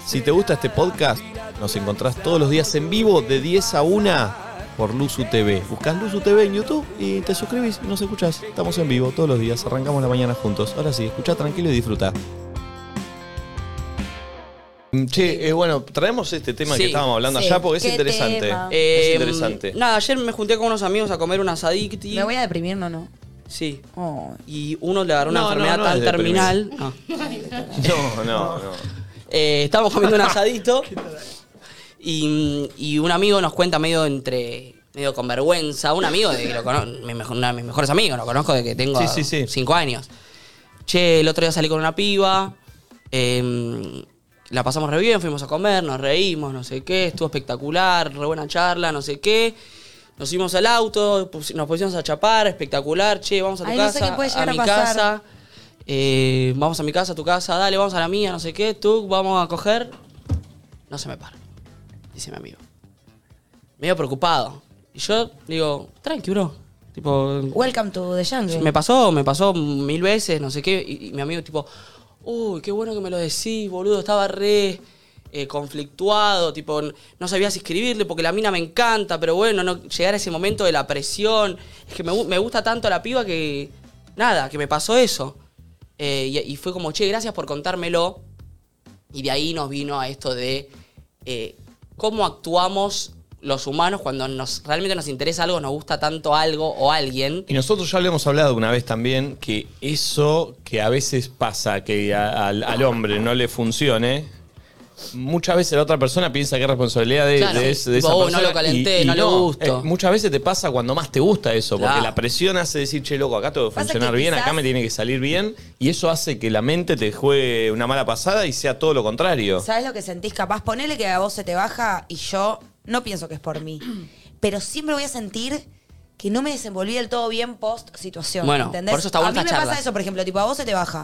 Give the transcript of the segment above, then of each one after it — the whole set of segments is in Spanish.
Si te gusta este podcast, nos encontrás todos los días en vivo de 10 a 1 por Luzu TV. Buscás Luzu TV en YouTube y te suscribís y nos escuchás. Estamos en vivo todos los días, arrancamos la mañana juntos. Ahora sí, escuchá tranquilo y disfruta. Che, bueno, traemos este tema que estábamos hablando allá porque es interesante. Es interesante. Nada, ayer me junté con unos amigos a comer un asadito. ¿Me voy a deprimir, no? Sí. Oh. Y uno le agarró una enfermedad tan terminal. No. Estábamos comiendo un asadito y un amigo nos cuenta medio con vergüenza. Un amigo de que lo conozco, uno de mis mejores amigos, lo conozco de que tengo 5 años. Che, el otro día salí con una piba. La pasamos re bien, fuimos a comer, nos reímos, no sé qué, estuvo espectacular, re buena charla, no sé qué. Nos subimos al auto, nos pusimos a chapar, espectacular, che, vamos a tu casa, no sé qué puede llegar a mi pasar. casa. Vamos a mi casa, a tu casa, dale, vamos a la mía, no sé qué, tú, vamos a coger. No se me para, dice mi amigo. Medio preocupado. Y yo digo, tranqui, bro. Tipo, welcome to the jungle. Me pasó 1000 veces, no sé qué, y mi amigo tipo... Uy, qué bueno que me lo decís, boludo. Estaba re conflictuado, tipo, no sabía si escribirle porque la mina me encanta, pero bueno, no llegar a ese momento de la presión. Es que me gusta tanto la piba que, nada, que me pasó eso. Y fue como, che, gracias por contármelo. Y de ahí nos vino a esto de cómo actuamos los humanos cuando realmente nos interesa algo, nos gusta tanto algo o alguien. Y nosotros ya lo hemos hablado una vez también, que eso que a veces pasa, que al hombre no le funcione, muchas veces la otra persona piensa que es responsabilidad de esa persona. No lo calenté, no le gusto. Muchas veces te pasa cuando más te gusta eso, porque la presión hace decir, che, loco, acá tengo que funcionar bien, acá me tiene que salir bien, y eso hace que la mente te juegue una mala pasada y sea todo lo contrario. ¿Sabes lo que sentís? Capaz, ponele que a vos se te baja y yo no pienso que es por mí, pero siempre voy a sentir que no me desenvolví del todo bien post situación, bueno, ¿entendés? Por eso está buena a mí me charlas. pasa eso, por ejemplo, tipo, a vos se te baja.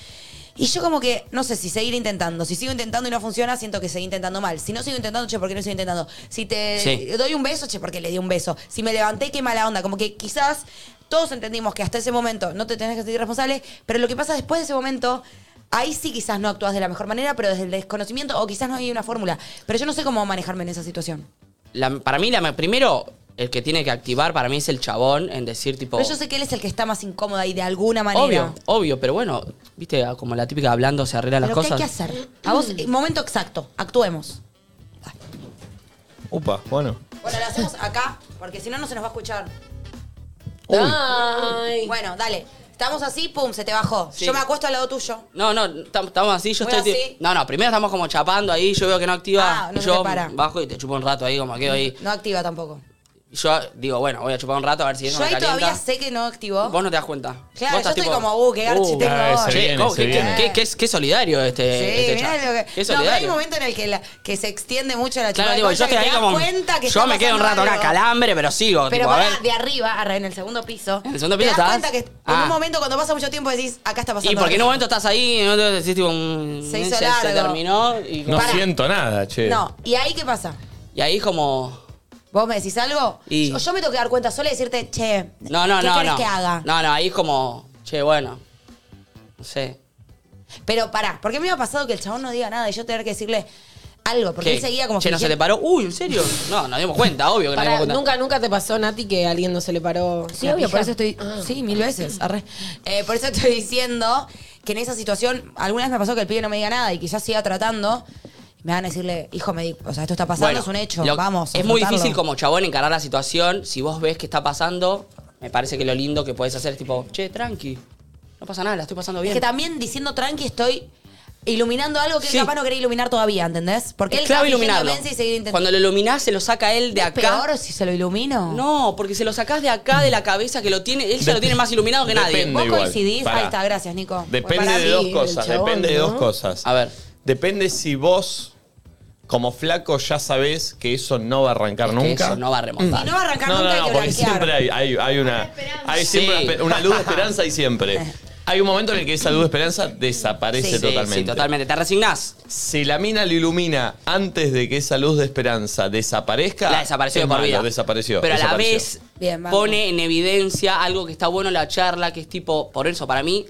Y yo como que, no sé si seguir intentando. Si sigo intentando y no funciona, siento que seguí intentando mal. Si no sigo intentando, che, ¿por qué no sigo intentando? Si te doy un beso, che, ¿por qué le di un beso? Si me levanté, qué mala onda. Como que quizás todos entendimos que hasta ese momento no te tenés que sentir responsable, pero lo que pasa después de ese momento, ahí sí quizás no actúas de la mejor manera, pero desde el desconocimiento, o quizás no hay una fórmula. Pero yo no sé cómo manejarme en esa situación. Para mí, primero, el que tiene que activar para mí es el chabón en decir tipo... Pero yo sé que él es el que está más incómodo ahí de alguna manera. Obvio, pero bueno, viste, como la típica hablando se arreglan las cosas. ¿Qué hay que hacer? A vos, momento exacto, actuemos. Upa, bueno. Bueno, lo hacemos acá, porque si no, no se nos va a escuchar. Ay. Bueno, dale. Estamos así, pum, se te bajó. Sí. Yo me acuesto al lado tuyo. No, estamos así, yo Voy estoy... así. No, primero estamos como chapando ahí, yo veo que no activa. No y se yo te para. bajo y te chupo un rato ahí, como quedo ahí. No activa tampoco. Y yo digo, bueno, voy a chupar un rato a ver si eso Yo me ahí calienta. todavía sé que no activó. Vos no te das cuenta. Claro, Vos yo estás estoy como, qué garchi tengo hoy. se viene. Qué solidario este Sí, chat. mirá lo que... Qué No, pero hay solidario. un momento en el que se extiende mucho la Claro, chupada de digo, yo concha, estoy que ahí te das como... cuenta que Yo está me quedo un rato pasando acá, algo. calambre, pero sigo. Pero tipo, a ver. de arriba, en el segundo piso. ¿En el segundo te piso das estás? cuenta que en un momento cuando pasa mucho tiempo decís, acá está pasando Y porque en algo. un momento estás ahí, en otro decís tipo... Se hizo largo. Se terminó y... No siento nada, che. No, ¿y ahí qué pasa? Y ahí como... ¿Vos me decís algo? Y- Yo me tengo que dar cuenta sola y decirte, che, No. ¿qué querés que haga? No, ahí es como... Che, bueno. No sé. Pero pará, porque a mí me ha pasado que el chabón no diga nada y yo tener que decirle algo, porque ¿Qué? él seguía como Che, ¿no se le paró? Uy, ¿en serio? No, nos dimos cuenta, obvio que nos dimos cuenta. ¿Nunca te pasó, Nati, que a alguien no se le paró? Sí, la obvio, pija? por eso estoy... Sí, 1000 veces. Arre. Por eso estoy diciendo que en esa situación, alguna vez me pasó que el pibe no me diga nada y quizás siga tratando. Me van a decirle, hijo, o sea, esto está pasando, Bueno, es un hecho, lo- vamos. Es muy afrontarlo. difícil como chabón encarar la situación. Si vos ves que está pasando, me parece que lo lindo que podés hacer es tipo, che, tranqui, no pasa nada, la estoy pasando Es bien. que también diciendo tranqui estoy iluminando algo que Sí. él capaz no quería iluminar todavía, ¿entendés? Porque Es él clave está fingiendo iluminarlo. demencia y seguir intentando. Cuando lo iluminás, se lo saca él de ¿Es acá. peor si se lo ilumino? No, porque se lo sacás de acá, de la cabeza que lo tiene. Él ya lo tiene más iluminado que nadie. Depende. ¿Vos igual. coincidís? Pará. Ahí está, gracias, Nico. Depende Para de mí, dos el cosas, chabón, depende de ¿no? dos cosas. A ver. Depende si vos, como flaco, ya sabés que eso no va a arrancar Que nunca. eso no va a remontar. Si no va a arrancar No, nunca, hay no, que porque blanquear. siempre hay una... Hay siempre Sí. una luz de esperanza y siempre. Hay un momento en el que esa luz de esperanza desaparece Sí. totalmente. Sí, totalmente. ¿Te resignás? Si la mina lo ilumina antes de que esa luz de esperanza desaparezca... La desapareció es de por malo, vida. desapareció. Pero a la desapareció. vez Bien, banco. pone en evidencia algo que está bueno en la charla, que es tipo, por eso, para mí,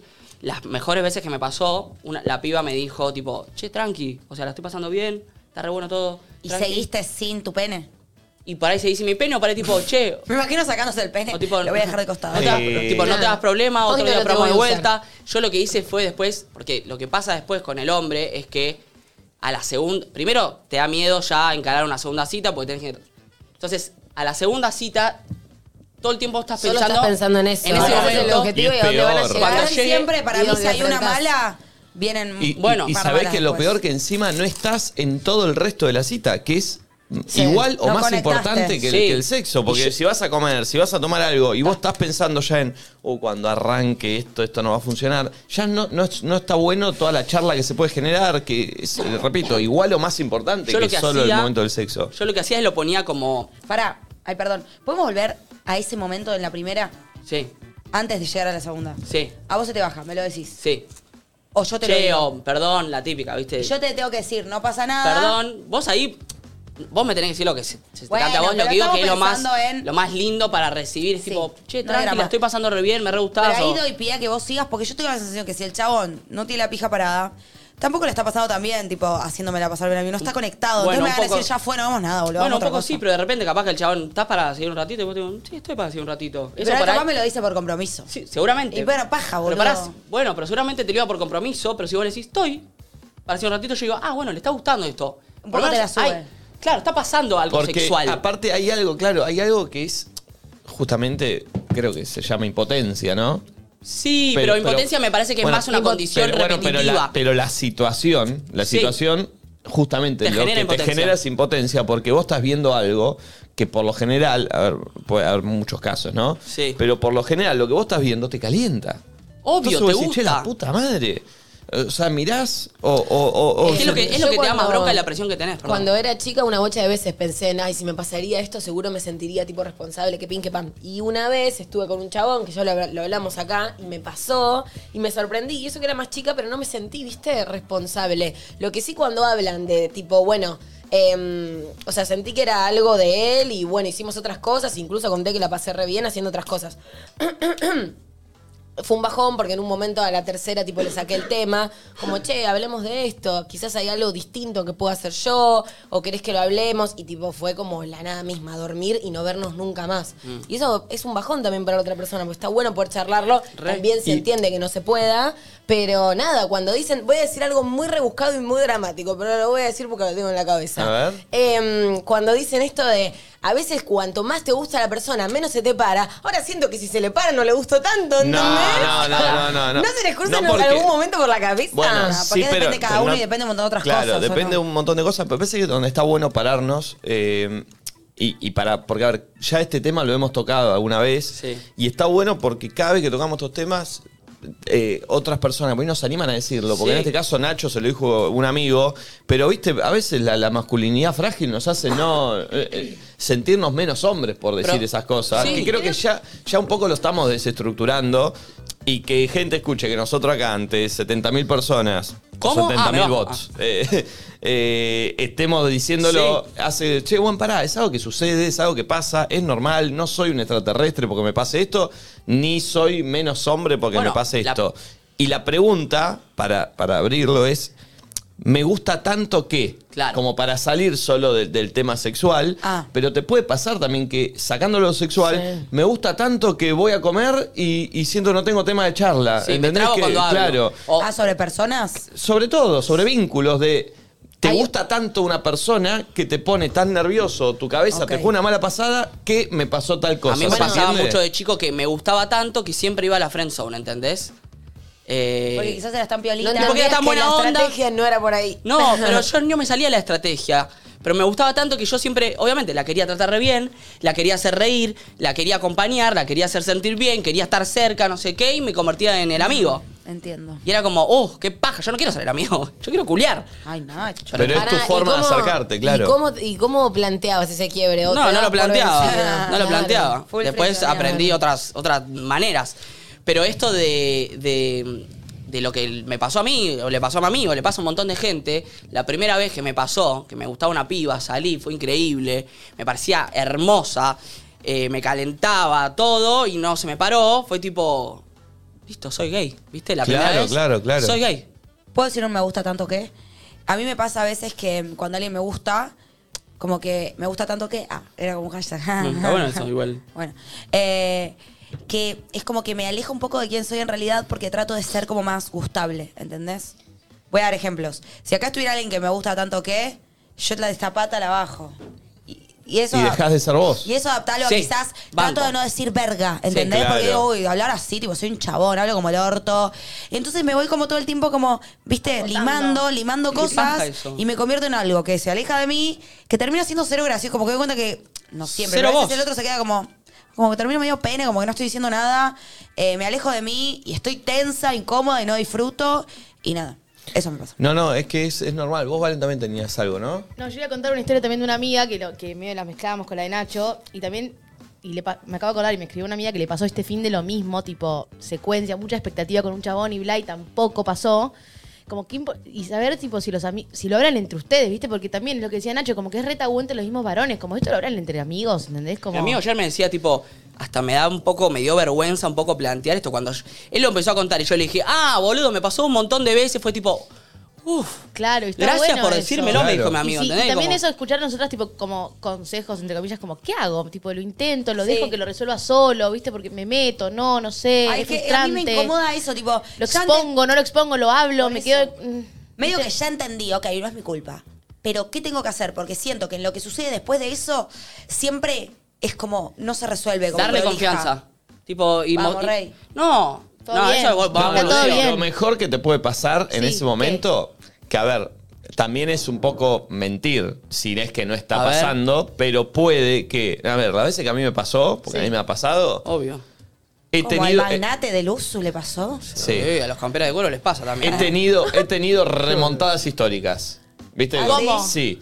las mejores veces que me pasó, la piba me dijo, tipo, che, tranqui, o sea, la estoy pasando bien, está re bueno todo. ¿Y tranqui. seguiste sin tu pene? Y por ahí se dice mi pene, o por ahí tipo, che... Me imagino sacándose el pene. O tipo, lo voy a dejar de costado. No te das, tipo, no te das problema, Hoy otro no día lo te probamos de voy a vuelta. Yo lo que hice fue después, porque lo que pasa después con el hombre es que a la segunda... Primero, te da miedo ya encarar una segunda cita porque tenés que... Entonces, a la segunda cita, todo el tiempo estás Solo pensando... estás pensando en eso. En ese Ese es el momento. objetivo Y y es a dónde van a peor. llegar. Cuando Casi llegue- siempre, para y mí, dónde si hay una enfrentás. mala, vienen Bueno, y par sabés malas que lo después. peor que encima no estás en todo el resto de la cita, que es Sí, igual o no más conectaste. importante que, Sí. que el sexo. Porque si vas a comer, si vas a tomar algo y vos estás pensando ya en, cuando arranque esto no va a funcionar, ya no está bueno toda la charla que se puede generar, que es, repito, igual o más importante Yo lo que que solo el hacía- momento del sexo. Yo lo que hacía es lo ponía como... Pará, ay, perdón. ¿Podemos volver a ese momento en la primera Sí, antes de llegar a la segunda? sí, A vos se te baja, me lo decís. sí. O yo te lo Che, digo. o perdón, la típica, ¿viste? Y yo te tengo que decir, no pasa nada. Perdón, vos ahí... Vos me tenés que decir lo que se te Bueno, cante a vos, lo pero que digo que es estamos pensando en- lo más lindo para recibir. Es Sí, tipo, che, no hay tranqui, drama. la estoy pasando re bien, me re gustás. Pero ahí o- doy pie a que vos sigas, porque yo tengo la sensación que si el chabón no tiene la pija parada, tampoco le está pasando tan bien, tipo, haciéndomela pasar bien a mí. No está conectado. Bueno, Entonces me un van a poco- decir, ya fue, no vamos nada, boludo. Bueno, vamos un a otra poco cosa. sí, pero de repente capaz que el chabón, ¿estás para seguir un ratito? Y vos te digo, sí, estoy para seguir un ratito. Eso Pero él por capaz ahí- me lo dice por compromiso. Sí, seguramente. Y bueno, paja, boludo. Pero bueno, pero seguramente te lo iba por compromiso, pero si vos le decís, estoy para seguir un ratito, yo digo, bueno, le está gustando esto. Un Por poco lo te menos la sube. claro, está pasando algo Porque sexual. aparte hay algo, claro, hay algo que es justamente, creo que se llama impotencia, ¿no? Sí, pero impotencia me parece que bueno, es más una condición repetitiva. Pero la situación Sí. justamente Te lo genera que te impotencia. genera es impotencia porque vos estás viendo algo que por lo general, a ver, puede haber muchos casos, ¿no? Sí. Pero por lo general lo que vos estás viendo te calienta. Obvio, Entonces te vos decís, gusta. che, la puta madre. O sea, mirás o Es lo que Yo te da más cuando- bronca es la presión que tenés. perdón. Cuando era chica, una bocha de veces pensé en, ay, si me pasaría esto, seguro me sentiría tipo responsable, que pin, que pan. Y una vez estuve con un chabón, que ya lo hablamos acá, y me pasó, y me sorprendí. Y eso que era más chica, pero no me sentí, viste, responsable. Lo que sí cuando hablan de tipo, bueno, o sea, sentí que era algo de él, y bueno, hicimos otras cosas, incluso conté que la pasé re bien haciendo otras cosas. Fue un bajón porque en un momento a la tercera tipo le saqué el tema, como, che, hablemos de esto, quizás hay algo distinto que pueda hacer yo, o querés que lo hablemos, y tipo fue como la nada misma, dormir y no vernos nunca más. Y eso es un bajón también para la otra persona, porque está bueno poder charlarlo, Re. también se entiende que no se pueda, pero nada, cuando dicen, voy a decir algo muy rebuscado y muy dramático, pero lo voy a decir porque lo tengo en la cabeza. A ver. Cuando dicen esto de, a veces cuanto más te gusta la persona, menos se te para. Ahora siento que si se le para no le gustó tanto, ¿entendés? No. ¿No se les cruza No, en porque- algún momento por la cabeza? Bueno, Ah, sí, porque pero, depende de cada pero uno no- y depende de un montón de otras claro, cosas. ¿o depende de no? un montón de cosas, pero parece que donde está bueno pararnos, porque a ver, ya este tema lo hemos tocado alguna vez, Sí. y está bueno porque cada vez que tocamos estos temas, otras personas por ahí nos animan a decirlo, porque Sí. en este caso Nacho se lo dijo un amigo, pero viste, a veces la masculinidad frágil nos hace no sentirnos menos hombres por decir Pero- esas cosas, sí. que creo que ya un poco lo estamos desestructurando. Y que gente escuche que nosotros acá, ante 70.000 personas, ¿Cómo? 70.000 Ah, mirá. bots, estemos diciéndolo, hace, che, bueno, pará, es algo que sucede, es algo que pasa, es normal, no soy un extraterrestre porque me pase esto, ni soy menos hombre porque Bueno, me pase esto. Y la pregunta, para abrirlo, es, me gusta tanto que, Claro. como para salir solo del tema sexual, Ah. pero te puede pasar también que, sacándolo lo sexual, Sí. me gusta tanto que voy a comer y siento no tengo tema de charla. Sí, me ¿Entendés trabo que, cuando hablo. claro, O- Ah, sobre personas. sobre todo, sobre vínculos de... Te Hay- gusta tanto una persona que te pone tan nervioso, tu cabeza Ok. te juega una mala pasada que me pasó tal cosa. a mí me ¿se pasaba entiende? mucho de chico que me gustaba tanto que siempre iba a la friendzone, ¿entendés? Porque quizás eras tan No piolita. porque era entendías tan que buena la onda. estrategia no era por ahí. No, pero yo no me salía la estrategia. Pero me gustaba tanto que yo siempre, obviamente, la quería tratar re bien, la quería hacer reír, la quería acompañar, la quería hacer sentir bien, quería estar cerca, no sé qué, y me convertía en el amigo. Entiendo. Y era como, qué paja, yo no quiero ser el amigo, yo quiero culiar. Ay, Nacho. Pero es tu Pará, ¿y forma de cómo- acercarte, claro. ¿Y cómo planteabas ese quiebre? ¿O No, te no dabas lo por planteaba. vencida? No lo Claro. planteaba. Full Después friendzone. aprendí otras maneras. Pero esto de lo que me pasó a mí, o le pasó a mi amigo, le pasa a un montón de gente, la primera vez que me pasó, que me gustaba una piba, salí, fue increíble, me parecía hermosa, me calentaba todo y no se me paró, fue tipo... listo, soy gay. ¿Viste? La Claro, primera vez. claro. Soy gay. ¿Puedo decir un me gusta tanto que? A mí me pasa a veces que cuando alguien me gusta, como que me gusta tanto que... era como un hashtag. Está bueno eso, igual. Bueno. Que es como que me aleja un poco de quién soy en realidad porque trato de ser como más gustable, ¿entendés? Voy a dar ejemplos. Si acá estuviera alguien que me gusta tanto que, yo la de esta pata la bajo. Y eso... Y dejás de ser vos. Y eso adaptarlo Sí, a quizás banco. trato de no decir verga, ¿entendés? Sí, claro. Porque uy, hablar así, tipo, soy un chabón, hablo como el orto. Y entonces me voy como todo el tiempo como, viste, limando ¿Qué paja cosas eso? y me convierto en algo que se aleja de mí, que termina siendo cero gracioso, como que me doy cuenta que, no siempre, Cero pero a veces vos. el otro se queda como que termino medio pene, como que no estoy diciendo nada, me alejo de mí y estoy tensa, incómoda y no disfruto y nada. Eso me pasa. No, es que es normal. Vos, Valen, también tenías algo, ¿no? No, yo voy a contar una historia también de una amiga que medio la mezclábamos con la de Nacho. Y también, me acabo de acordar y me escribió una amiga que le pasó este fin de lo mismo, tipo, secuencia, mucha expectativa con un chabón y bla, y tampoco pasó. Como que y saber, tipo, si lo hablan entre ustedes, ¿viste? Porque también lo que decía Nacho, como que es re tabú entre los mismos varones, como esto lo hablan entre amigos, ¿entendés? Como... Mi amigo ayer me decía, tipo, hasta me dio vergüenza un poco plantear esto. Cuando él lo empezó a contar y yo le dije, boludo, me pasó un montón de veces. Fue tipo, Claro, y está gracias bueno por eso. decírmelo, me dijo mi Claro. amigo. Y ¿entendés? también Como- eso, escuchar a nosotras, tipo, como consejos, entre comillas, como, ¿qué hago? Tipo, lo intento, lo Sí. dejo que lo resuelva solo, ¿viste? Porque me meto, no sé, Ay, es es que a mí me frustrante. incomoda eso, tipo... Lo ya expongo, no lo expongo, lo hablo, Por me eso. quedo... Medio ¿viste? que ya entendí, ok, no es mi culpa. Pero, ¿qué tengo que hacer? Porque siento que en lo que sucede después de eso, siempre es como, no se resuelve. Como Darle prolija. confianza. Tipo, Vamos, Rey. No, Todo no, bien. eso va Está a todo evolución. bien. Lo mejor que te puede pasar en Sí, ese momento, que a ver, también es un poco mentir, si es que no está A ver. pasando, pero puede que, a ver, las veces que a mí me pasó, porque a mí me ha pasado, Obvio. he Como al tenido... magnate del uso le pasó. Sí. A los camperas de cuero les pasa He también. tenido remontadas históricas. ¿Viste? ¿Cómo? Sí.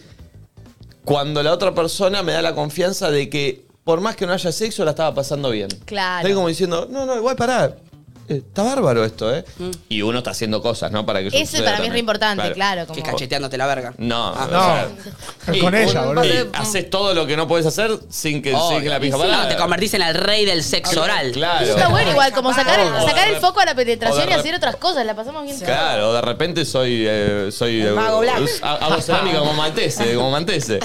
Cuando la otra persona me da la confianza de que por más que no haya sexo, la estaba pasando bien. Claro. Estoy como diciendo, no, igual pará. Está bárbaro esto, ¿eh? Y uno está haciendo cosas, ¿no? Para que eso Eso suceda para mí es re también. importante, claro. Como... Que cacheteándote la verga. No, Ah. o sea, Es con ella, boludo. y haces todo lo que no puedes hacer sin que la pija No, parada. te convertís en el rey del sexo oral. Claro. Eso está bueno igual, como sacar el foco a la o penetración de y hacer otras cosas, la pasamos bien. Claro, de repente soy mago black. hago cerámica como Mantese.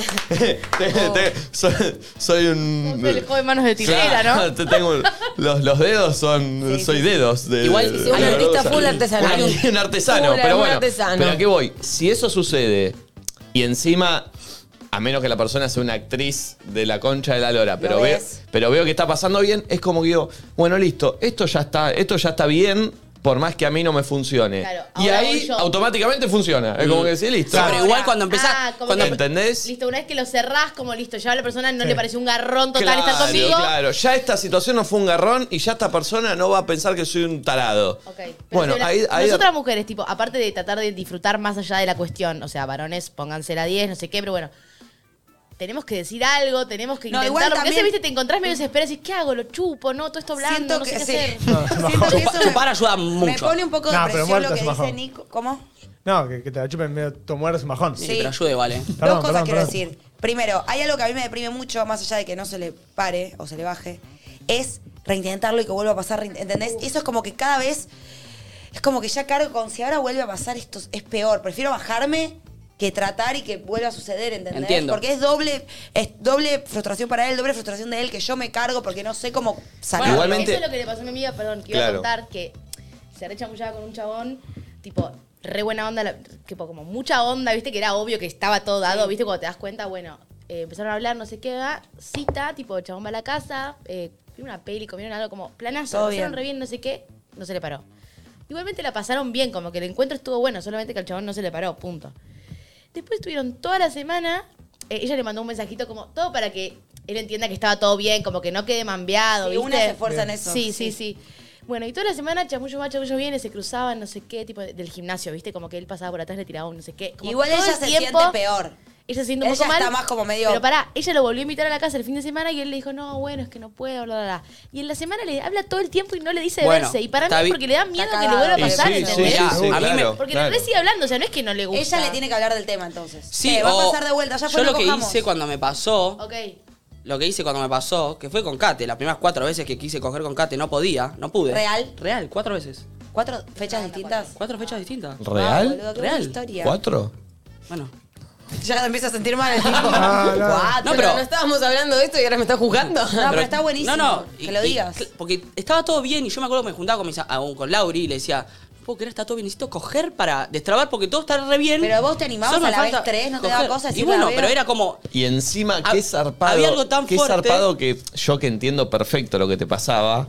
Soy un El joven manos de tijera, Claro, ¿no? tengo los dedos soy dedos de Igual, de- sí, un de- artista de- full artesanal. Un artesano, Full, pero un bueno. artesano. Pero ¿a qué voy? Si eso sucede y encima a menos que la persona sea una actriz de la concha de la lora, pero ves. veo que está pasando bien, es como que digo, bueno, listo, esto ya está bien, por más que a mí no me funcione. Claro, Y ahora ahí voy yo. automáticamente funciona. Es como que sí, listo. Sí, pero igual cuando empezás. como cuando que- ¿Entendés? Listo, una vez que lo cerrás, como listo, ya a la persona no Sí. le pareció un garrón total Claro, estar conmigo. claro. Ya esta situación no fue un garrón y ya esta persona no va a pensar que soy un tarado. Ok. Pero Bueno, si ahí... nosotras mujeres, tipo, aparte de tratar de disfrutar más allá de la cuestión, o sea, varones, pónganse la 10, no sé qué, pero bueno, tenemos que decir algo, tenemos que No, intentarlo. igual Porque a veces, también- viste, te encontrás medio desesperado y decís, ¿qué hago? ¿Lo chupo? No, todo esto blando, Siento no sé que qué sí. hacer. Siento que eso Chupar ayuda me mucho. pone un poco de No, pero presión lo muerto que es un dice bajón. Nico. ¿Cómo? No, que te la chupen medio, tu muerte es un bajón. Sí, Sí. pero ayude, vale. Dos Perdón, cosas perdón, quiero perdón. decir. Primero, hay algo que a mí me deprime mucho, más allá de que no se le pare o se le baje, es reintentarlo y que vuelva a pasar, ¿entendés? Eso es como que cada vez, es como que ya cargo con, si ahora vuelve a pasar esto es peor. Prefiero bajarme que tratar y que vuelva a suceder, ¿entendés? Entiendo. Porque es doble frustración para él, doble frustración de él que yo me cargo porque no sé cómo sacarlo. Bueno, Igualmente- eso es lo que le pasó a mi amiga, perdón, que iba a Claro. contar, que se rechamullaba con un chabón, tipo, re buena onda, tipo, como mucha onda, viste, que era obvio que estaba todo dado, viste, cuando te das cuenta, bueno, empezaron a hablar, no sé qué, cita, tipo, el chabón va a la casa, vieron una peli, comieron algo como planazo, Todo lo pasaron bien. re bien, no sé qué, no se le paró. Igualmente la pasaron bien, como que el encuentro estuvo bueno, solamente que al chabón no se le paró, punto. Después estuvieron toda la semana, ella le mandó un mensajito como todo para que él entienda que estaba todo bien, como que no quede mambeado, Sí, ¿viste? una se esfuerza en eso. Sí. Bueno, y toda la semana chamullo va, chamullo viene, se cruzaban, no sé qué, tipo del gimnasio, ¿viste? Como que él pasaba por atrás, le tiraba un no sé qué. Como Igual todo ella el se tiempo, siente peor. Ella se siente un Ella poco mal. está más como medio- Pero pará, ella lo volvió a invitar a la casa el fin de semana y él le dijo, no, bueno, es que no puedo, bla, bla, bla. Y en la semana le habla todo el tiempo y no le dice de Bueno, verse. Y para mí está es bien. porque le da miedo Está que le vuelva a cagado. pasar, sí, ¿entendés? Ya, sí, a mí me- claro, Porque claro. le sigue hablando, o sea, no es que no le gusta. Ella le tiene que hablar del tema entonces. Sí, va o- a pasar de vuelta, ya fue Yo lo no que cojamos. hice cuando me pasó Ok. lo que hice cuando me pasó, que fue con Kate, las primeras 4 veces que quise coger con Kate no podía, no pude. ¿Real? Real, 4 veces. 4 fechas distintas. 4 fechas distintas. Ah, ¿Real? boludo, qué Real. buena historia. ¿4? Bueno. Ya te empiezas a sentir mal el tipo. no. Cuatro. No, pero pero- no estábamos hablando de esto y ahora me estás jugando. No, pero está buenísimo que lo digas. Porque estaba todo bien y yo me acuerdo que me juntaba con Lauri y le decía, no puedo creer, está todo bien, necesito coger para destrabar porque todo está re bien. Pero vos te animabas Solo me a la vez falta 3, ¿no te coger. daba cosa Y decirle bueno, a la pero Bea? era como... Y encima, Hab- qué zarpado. había algo tan qué fuerte. zarpado que yo que entiendo perfecto lo que te pasaba.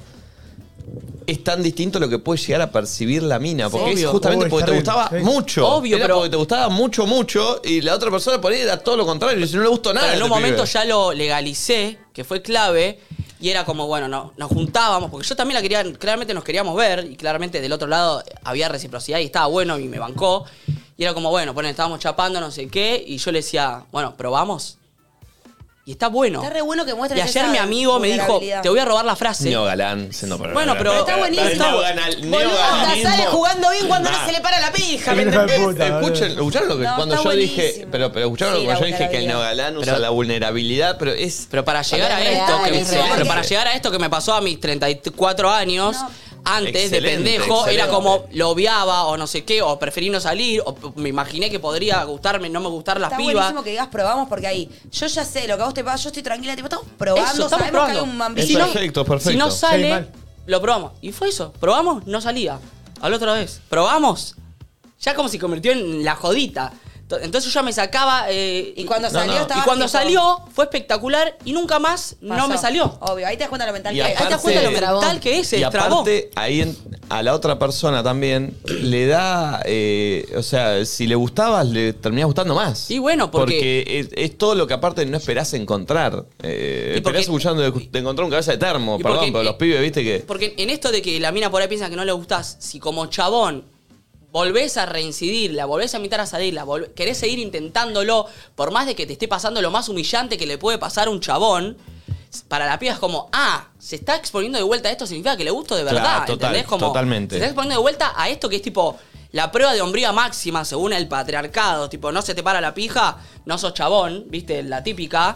Es tan distinto lo que puede llegar a percibir la mina. Porque es Obvio. justamente Uy, porque te terrible, gustaba sí. mucho. Obvio, Era pero- porque te gustaba mucho. Y la otra persona por ahí era todo lo contrario. Si no le gustó nada. Pero en un este momento pibe. ya lo legalicé, que fue clave, y era como, bueno, nos juntábamos, porque yo también la quería, claramente nos queríamos ver, y claramente del otro lado había reciprocidad y estaba bueno y me bancó. Y era como, bueno, estábamos chapando, no sé qué, y yo le decía, bueno, ¿probamos? Y está bueno. Está re bueno que muestres Y ayer esa mi amigo me dijo, vulnerabilidad. te voy a robar la frase. Neo Galán siendo por Bueno, pero está buenísimo. Boluda, sale jugando bien cuando no se le para la pija. ¿me Qué hijo de entendés? puta, boludo. ¿Escucharon lo que No, cuando está yo dije? buenísimo. Pero escucharon Sí, cuando yo la dije que el vulnerabilidad. Neo Galán usa Pero- la vulnerabilidad, pero es. Pero para llegar a Real, esto, que, es real. pero para llegar a esto que me pasó a mis 34 años, antes de Excelente, pendejo, era excelente. como lo obviaba o no sé qué, o preferí no salir, o me imaginé que podría gustarme, no me gustar las Está pibas. buenísimo que digas probamos porque ahí yo ya sé lo que a vos te pasa, yo estoy tranquila, tipo, estamos probando, Eso, estamos sabemos probando. que hay un Es mambito. perfecto, perfecto. Si no Sí, sale, mal. lo probamos. Y fue eso, probamos, no salía. A la otra vez, probamos. Ya como se convirtió en la jodita. Entonces yo ya me sacaba... Y cuando No, salió no. estaba y cuando tipo, salió, fue espectacular y nunca más no pasó. me salió. Obvio, ahí te das cuenta lo mental Y que hay. Ahí te das aparte- cuenta lo Trabó. mental que es, se Y destrabó. aparte, ahí a la otra persona también le da. O sea, si le gustabas, le terminás gustando más. Sí, bueno, porque- es todo lo que aparte no esperás encontrar. Esperás porque- escuchando de encontrar un cabeza de termo. y Perdón, porque- pero los pibes, viste que. Porque en esto de que la mina por ahí piensa que no le gustás, si como chabón volvés a reincidirla, volvés a invitar a salirla, querés seguir intentándolo, por más de que te esté pasando lo más humillante que le puede pasar a un chabón, para la piba es como, se está exponiendo de vuelta a esto, significa que le gusto de verdad, Claro, total, ¿entendés? Como, totalmente. Se está exponiendo de vuelta a esto que es tipo la prueba de hombría máxima según el patriarcado, tipo, no se te para la pija, no sos chabón, viste, la típica,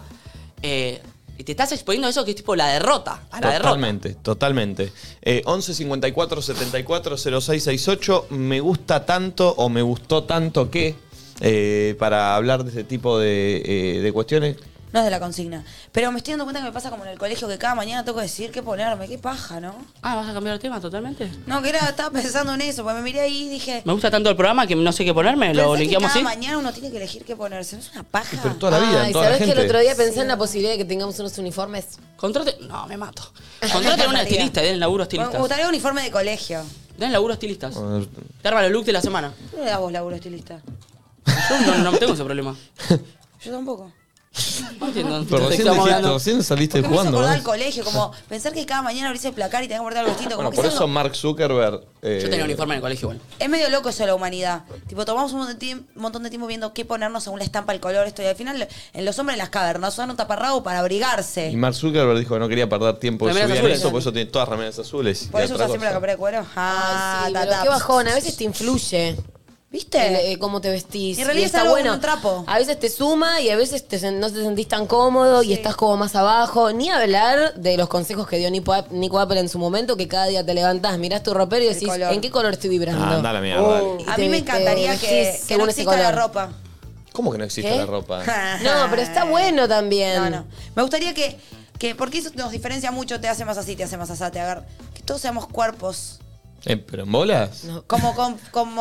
y te estás exponiendo a eso que es tipo la derrota, a la derrota. Totalmente. 11 54 74 06 68. Me gusta tanto o me gustó tanto que. Para hablar de este tipo de cuestiones. No es de la consigna. Pero me estoy dando cuenta que me pasa como en el colegio que cada mañana tengo que decidir qué ponerme, qué paja, ¿no? ¿Vas a cambiar el tema totalmente? No, que estaba pensando en eso, porque me miré ahí y dije. Me gusta tanto el programa que no sé qué ponerme, lo ¿Pensás que linkeamos cada así. mañana uno tiene que elegir qué ponerse? ¿No es una paja? Pero toda la vida, Ay, toda la ¿sabés que gente. el otro día pensé en la posibilidad de que tengamos unos uniformes? No, me mato. Contraten a una estilista y den laburo a Me estilistas. gustaría un uniforme de colegio. Den laburo a estilistas. Te arma los looks de la semana. ¿Qué le das vos laburo estilista? Yo no tengo ese problema. Yo tampoco. No entiendo. Pero de qué recién, estamos hablando. recién saliste Porque me hizo jugando. acordar ¿no? al colegio, como pensar que cada mañana abrís el placar y tenés que portar algo distinto. Como Bueno, que por es eso algo- Mark Zuckerberg. Yo tenía uniforme en el colegio igual. Es medio loco eso de la humanidad. Tipo, tomamos un montón de tiempo viendo qué ponernos según la estampa, el color, esto. Y al final, en los hombres en las cavernas usan un taparrabo para abrigarse. Y Mark Zuckerberg dijo que no quería perder tiempo en su Remeras vida en azules. eso, por eso tiene todas remeras azules. Por y eso otra usa siempre la cosa. campera de cuero. Ay, sí, ta, pero ta. qué bajón. A veces te influye. ¿Viste? Cómo te vestís. Y en realidad está es algo bueno. como un trapo. A veces te suma y a veces no te sentís tan cómodo y estás como más abajo. Ni hablar de los consejos que dio Nico Apple en su momento, que cada día te levantás, mirás tu ropero y decís, color. ¿en qué color estoy vibrando? Anda la mierda, dale. Y A te- mí me te encantaría que vestís no según ese exista la color. ropa. ¿Cómo que no existe ¿Qué? la ropa? No, pero está bueno también. No. Me gustaría que porque eso nos diferencia mucho, te hace más así, te hace más asá, te agarra. Que todos seamos cuerpos. ¿Pero en bolas? No. Como con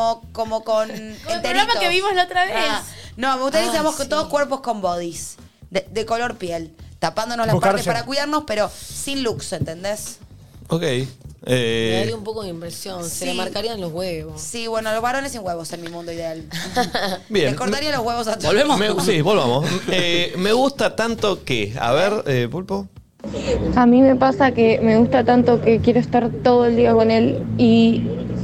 el programa que vimos la otra vez. No, me gustaría que seamos sí. todos cuerpos con bodies. De color piel. Tapándonos las Buscar partes lleno. para cuidarnos, pero sin looks, ¿entendés? Ok. Me daría un poco de impresión. Se le Sí. marcarían los huevos. Sí, bueno, los varones sin huevos en mi mundo ideal. Bien. Les cortaría los huevos a todos. ¿Volvemos? Sí, volvamos. Me gusta tanto que. A ver, Pulpo. A mí me pasa que me gusta tanto que quiero estar todo el día con él y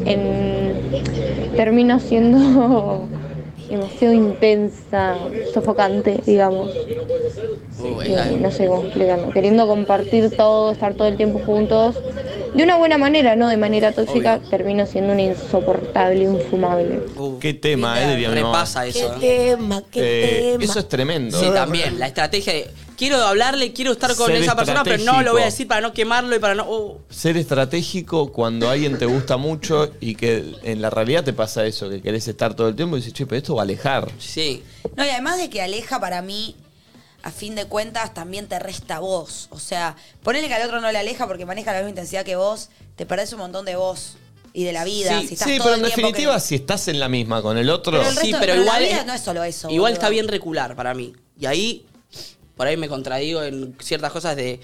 termino siendo demasiado intensa, sofocante, digamos. Y no sé cómo explicarlo. Queriendo compartir todo, estar todo el tiempo juntos de una buena manera, no de manera tóxica, termino siendo un insoportable, infumable. Qué tema, diría mi mamá. Repasa eso. Qué tema. Eso es tremendo. Sí, también. La estrategia de quiero hablarle, quiero estar con Ser esa persona, pero no lo voy a estratégico. decir para no quemarlo y para no. Ser estratégico cuando alguien te gusta mucho y que en la realidad te pasa eso, que querés estar todo el tiempo y dices, che, pero esto va a alejar. Sí. No, y además de que aleja para mí, a fin de cuentas, también te resta vos. O sea, ponele que al otro no le aleja porque maneja la misma intensidad que vos, te perdés un montón de vos y de la vida. Sí, si estás sí, todo pero el en tiempo definitiva, que- si estás en la misma con el otro... Pero el Sí, resto- pero pero igual la vida no es solo eso, Igual boludo. está bien recular para mí. Y ahí, por ahí me contradigo en ciertas cosas de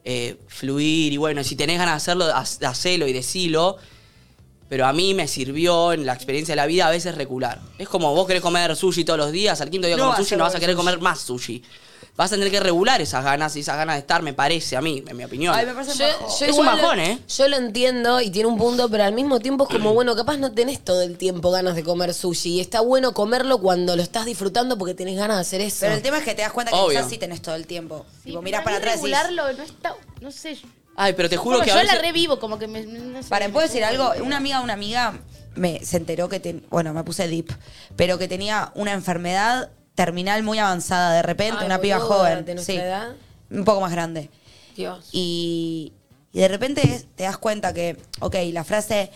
fluir y bueno, si tenés ganas de hacerlo, hacelo y decilo. Pero a mí me sirvió en la experiencia de la vida a veces recular. Es como vos querés comer sushi todos los días, al quinto día No comer vas a sushi no vas a comer querer sushi. comer más sushi. Vas a tener que regular esas ganas y esas ganas de estar, me parece a mí, en mi opinión. Ay, me parece un bajón. Es un igual bajón, ¿eh? Yo lo entiendo y tiene un punto, pero al mismo tiempo es como, bueno, capaz no tenés todo el tiempo ganas de comer sushi. Y está bueno comerlo cuando lo estás disfrutando porque tenés ganas de hacer eso. Pero el tema es que te das cuenta que Obvio. quizás sí tenés todo el tiempo. Sí, Tipo, mirás para mí atrás y decís... regularlo no está, no sé. Ay, pero te juro que a yo veces... la revivo, como que no sé. Para, ¿puedo decir algo? Una amiga se enteró que... bueno, me puse deep. Pero que tenía una enfermedad terminal muy avanzada. De repente, Ay, una piba boluda, joven. ¿de nuestra Sí, edad? un poco más grande. Dios. Y de repente te das cuenta que, ok, la frase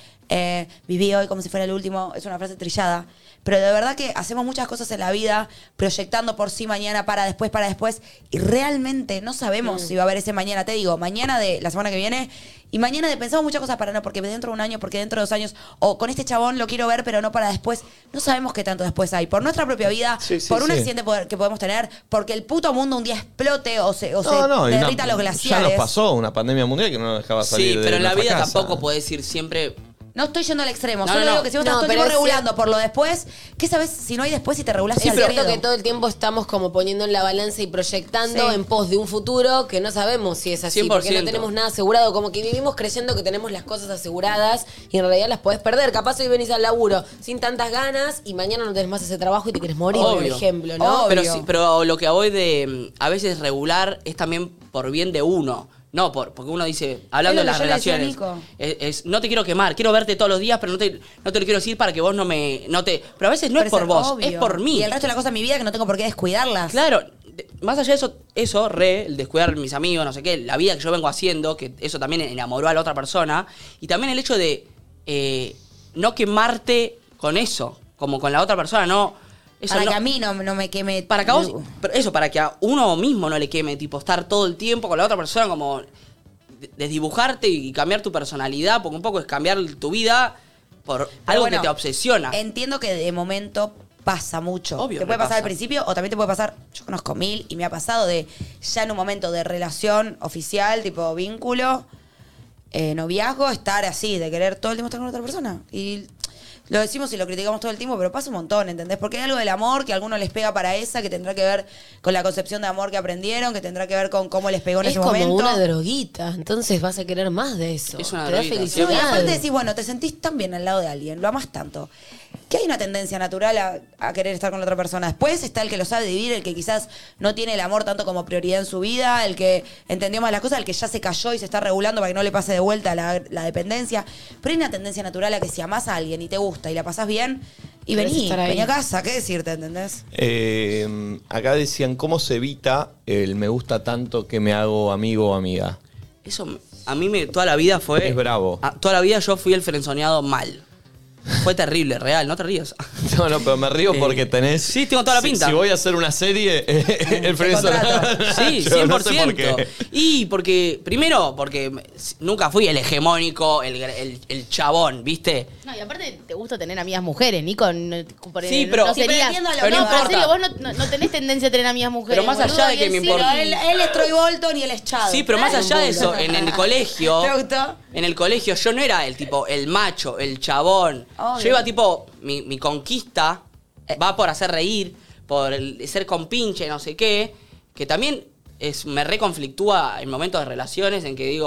viví hoy como si fuera el último es una frase trillada, pero de verdad que hacemos muchas cosas en la vida proyectando por sí mañana para después, y realmente no sabemos si va a haber ese mañana. Te digo, mañana de la semana que viene, y mañana pensamos muchas cosas para no, porque dentro de un año, porque dentro de 2 años, o con este chabón lo quiero ver, pero no para después. No sabemos qué tanto después hay. Por nuestra propia vida, Sí, sí, por un sí. accidente que podemos tener, porque el puto mundo un día explote o se y derrita los ya glaciares. nos pasó una pandemia mundial que no nos dejaba salir Sí, de pero en la nuestra vida casa. tampoco podés ir siempre... No estoy yendo al extremo, No, solo no, digo que si vos no, estás todo el pero tiempo es regulando por lo después, ¿qué sabes si no hay después y te regulás Es al cierto pedo? que todo el tiempo estamos como poniendo en la balanza y proyectando Sí. en pos de un futuro que no sabemos si es así, porque no 100%. tenemos nada asegurado, como que vivimos creyendo que tenemos las cosas aseguradas y en realidad las podés perder. Capaz hoy venís al laburo sin tantas ganas y mañana no tenés más ese trabajo y te querés morir, por Obvio. ejemplo, ¿no? Obvio. Pero lo que voy de... A veces regular es también por bien de uno. No, porque uno dice, hablando Es de lo las que yo le decía a relaciones, Nico. no te quiero quemar, quiero verte todos los días, pero no te lo quiero decir para que vos no te... Pero a veces no es por vos, obvio. es por mí. Y el resto de las cosas de mi vida que no tengo por qué descuidarlas. Claro, más allá de eso, el descuidar mis amigos, no sé qué, la vida que yo vengo haciendo, que eso también enamoró a la otra persona, y también el hecho de no quemarte con eso, como con la otra persona, no... Eso Para no- que a mí no me queme. para que a vos, para que a uno mismo no le queme, tipo, estar todo el tiempo con la otra persona, como desdibujarte y cambiar tu personalidad, porque un poco es cambiar tu vida por Pero algo bueno, que te obsesiona. Entiendo que de momento pasa mucho. Obvio te puede que pasar al pasa. principio o también te puede pasar, yo conozco 1000 y me ha pasado de ya en un momento de relación oficial, tipo vínculo, noviazgo, estar así, de querer todo el tiempo estar con otra persona. Y lo decimos y lo criticamos todo el tiempo, pero pasa un montón, ¿entendés? Porque hay algo del amor que a algunos les pega para esa, que tendrá que ver con la concepción de amor que aprendieron, que tendrá que ver con cómo les pegó en Es ese como momento. una droguita, entonces vas a querer más de eso. Es una Te da droguita, No, y felicidad. aparte decís, bueno, te sentís tan bien al lado de alguien, lo amás tanto, que hay una tendencia natural a querer estar con la otra persona. Después está el que lo sabe dividir, el que quizás no tiene el amor tanto como prioridad en su vida, el que entendió más las cosas, el que ya se cayó y se está regulando para que no le pase de vuelta la dependencia. Pero hay una tendencia natural a que si amás a alguien y te gusta y la pasás bien, y Querés vení estar ahí. a casa, ¿qué decirte, entendés? Acá decían, ¿cómo se evita el me gusta tanto que me hago amigo o amiga? Eso a mí toda la vida fue... Es bravo. Toda la vida yo fui el frenzoneado mal. Fue terrible, real, no te rías. No, pero me río porque tenés... sí, tengo toda la pinta. Si voy a hacer una serie, el Friendzone... Sí, Yo 100%. no sé por qué. Y porque, primero, porque nunca fui el hegemónico, el chabón, ¿viste? No, y aparte te gusta tener amigas mujeres, Nico. Sí, pero- no Sí, pero serías- entiendo lo pero que no, va. pero en serio, vos no tenés tendencia a tener amigas mujeres. Pero más allá boludo, de y que él me sí. importa- Pero él es Troy Bolton y él es Chad. Sí, pero más allá de eso, en el colegio... ¿Te gustó? En el colegio yo no era el macho, el chabón. Obvio. Yo iba tipo, mi conquista va por hacer reír, por ser compinche, no sé qué, que también me reconflictúa en momentos de relaciones en que digo,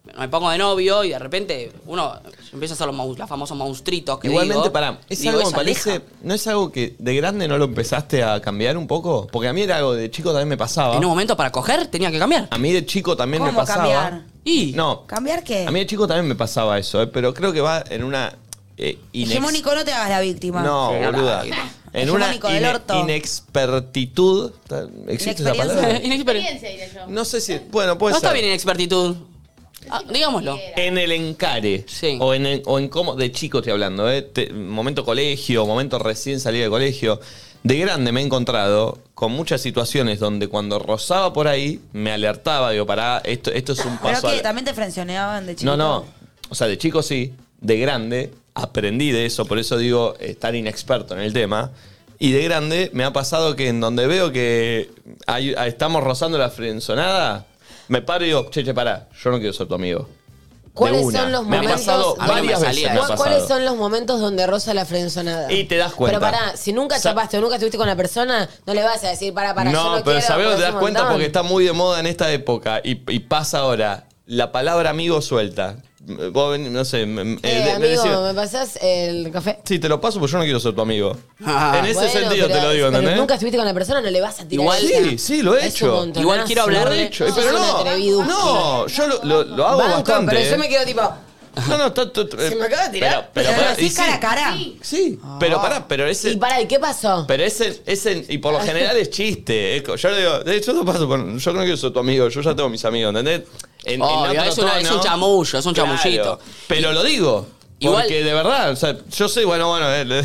me pongo de novio y de repente uno empieza a hacer los famosos monstruitos que Igualmente, digo. pará, es Digo, algo, me eso parece, aleja. ¿no es algo que de grande no lo empezaste a cambiar un poco? Porque a mí era algo de chico también me pasaba. En un momento para coger tenía que cambiar. A mí de chico también me ¿Cómo pasaba. cambiar? Y No, ¿Cambiar qué? a mí de chico también me pasaba eso, pero creo que va en una... Hegemónico, no te hagas la víctima. No, Sí, boluda. ahora, En una Hegemónico del orto. inexpertitud. ¿Existe esa palabra? Experiencia, diré yo. No sé si... Bueno, puede no ser. está bien en expertitud. Digámoslo. En el encare. Sí. O en cómo... De chico estoy hablando, momento colegio, momento recién salí de colegio. De grande me he encontrado con muchas situaciones donde cuando rozaba por ahí, me alertaba, digo, pará, esto es un ¿Pero paso... que también te frencioneaban de chico? No. O sea, de chico sí. De grande aprendí de eso, por eso digo estar inexperto en el tema. Y de grande me ha pasado que en donde veo que estamos rozando la frenzonada, me paro y digo, che, pará, yo no quiero ser tu amigo. ¿Cuáles De una. son los Me ha momentos? pasado A mí no me varias veces. salía me ha eso. pasado. ¿Cuáles son los momentos donde roza la frenzonada? Y te das cuenta. Pero pará, si nunca chapaste o nunca estuviste con la persona, no le vas a decir, para, yo No, no pero quiero, sabés que porque te das es un cuenta montón. porque está muy de moda en esta época y pasa ahora. La palabra amigo suelta. Vos no sé. Amigo, ¿me pasás el café? Sí, te lo paso porque yo no quiero ser tu amigo. Ah, en ese Bueno, sentido pero- te lo digo, pero ¿entendés? nunca estuviste con la persona, no le vas a tirar Igual- esa. Sí, lo he Es hecho. un montonazo. Igual quiero Lo hablarle- he hecho. Sos Pero un no, atrevido. no, yo lo hago Banco, bastante. pero yo me quedo tipo... No, Se me acaba de tirar. Pero ¿Pero pará, así y sí, cara a cara? Sí, pero pará, pero ese... ¿Y para, y qué pasó? Pero ese, y por lo general es chiste. Yo le digo, de hecho, yo no quiero ser tu amigo, yo ya tengo mis amigos, ¿entendés? Obvio, es un chamullo, es un Claro, chamullito. pero lo digo. Igual- Porque de verdad, o sea, yo sé, bueno,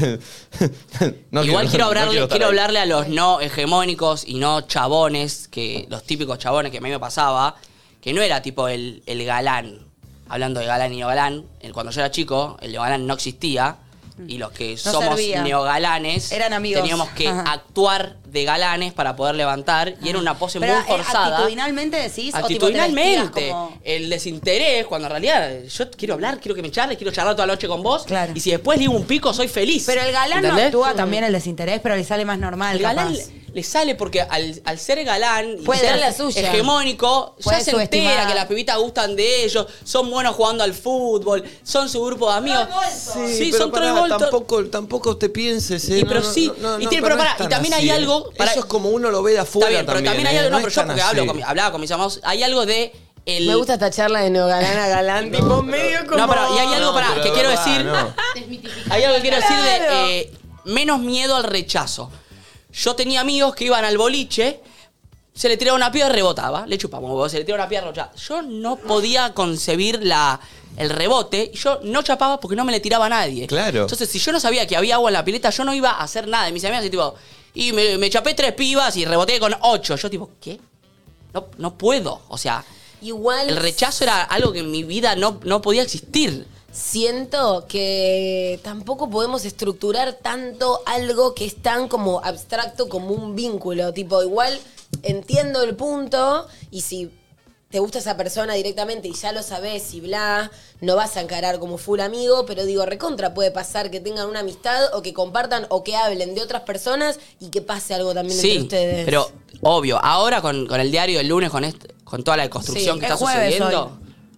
no Igual quiero hablarle, estar ahí. hablarle a los no hegemónicos y no chabones, que los típicos chabones que a mí me pasaba, que no era tipo el galán. Hablando de galán y neogalán, cuando yo era chico, el neogalán no existía. Y los que somos servía. neogalanes Eran amigos. teníamos que Ajá. actuar de galanes para poder levantar. Y era una pose Pero, muy forzada. ¿actitudinalmente decís? ¿O tipo te Actitudinalmente. vestías como- El desinterés, cuando en realidad yo quiero hablar, quiero que me charles, quiero charlar toda la noche con vos. Claro. Y si después le digo un pico, soy feliz. Pero el galán ¿Entendés? no actúa también el desinterés, pero le sale más normal, El galán capaz. le sale porque al ser galán y Puede ser dar la suya. hegemónico, Puede ya se subestimar. entera que las pibitas gustan de ellos, son buenos jugando al fútbol, son su grupo de amigos. Sí, pero son pará, Troy tampoco te pienses, Y pero sí, pero pará, es tan y también hay así, algo- pará. Eso es como uno lo ve de afuera. Está bien, pero también hay algo, no, pero es yo tan porque así. hablaba con mis amados, hay algo de el... Me gusta esta charla de neogalán a galán, tipo medio como... No, pero y hay algo No, pero que de quiero verdad, decir. no. Hay algo que quiero decir de menos miedo al rechazo. Yo tenía amigos que iban al boliche, se le tiraba una piedra y rebotaba. Le chupamos, se le tiraba una piedra y rebotaba. Yo no podía concebir el rebote y yo no chapaba porque no me le tiraba a nadie. Claro. Entonces, si yo no sabía que había agua en la pileta, yo no iba a hacer nada. Y mis amigas, tipo, y me chapé 3 pibas y reboté con 8. Yo, tipo, ¿qué? No puedo. O sea, Igual el rechazo era algo que en mi vida no podía existir. siento que tampoco podemos estructurar tanto algo que es tan como abstracto como un vínculo. Tipo, igual entiendo el punto y si te gusta esa persona directamente y ya lo sabés y bla, no vas a encarar como full amigo, pero digo, recontra puede pasar que tengan una amistad o que compartan o que hablen de otras personas y que pase algo también entre Sí, ustedes. pero obvio, ahora con el diario del lunes, con toda la deconstrucción Sí, que es está jueves sucediendo.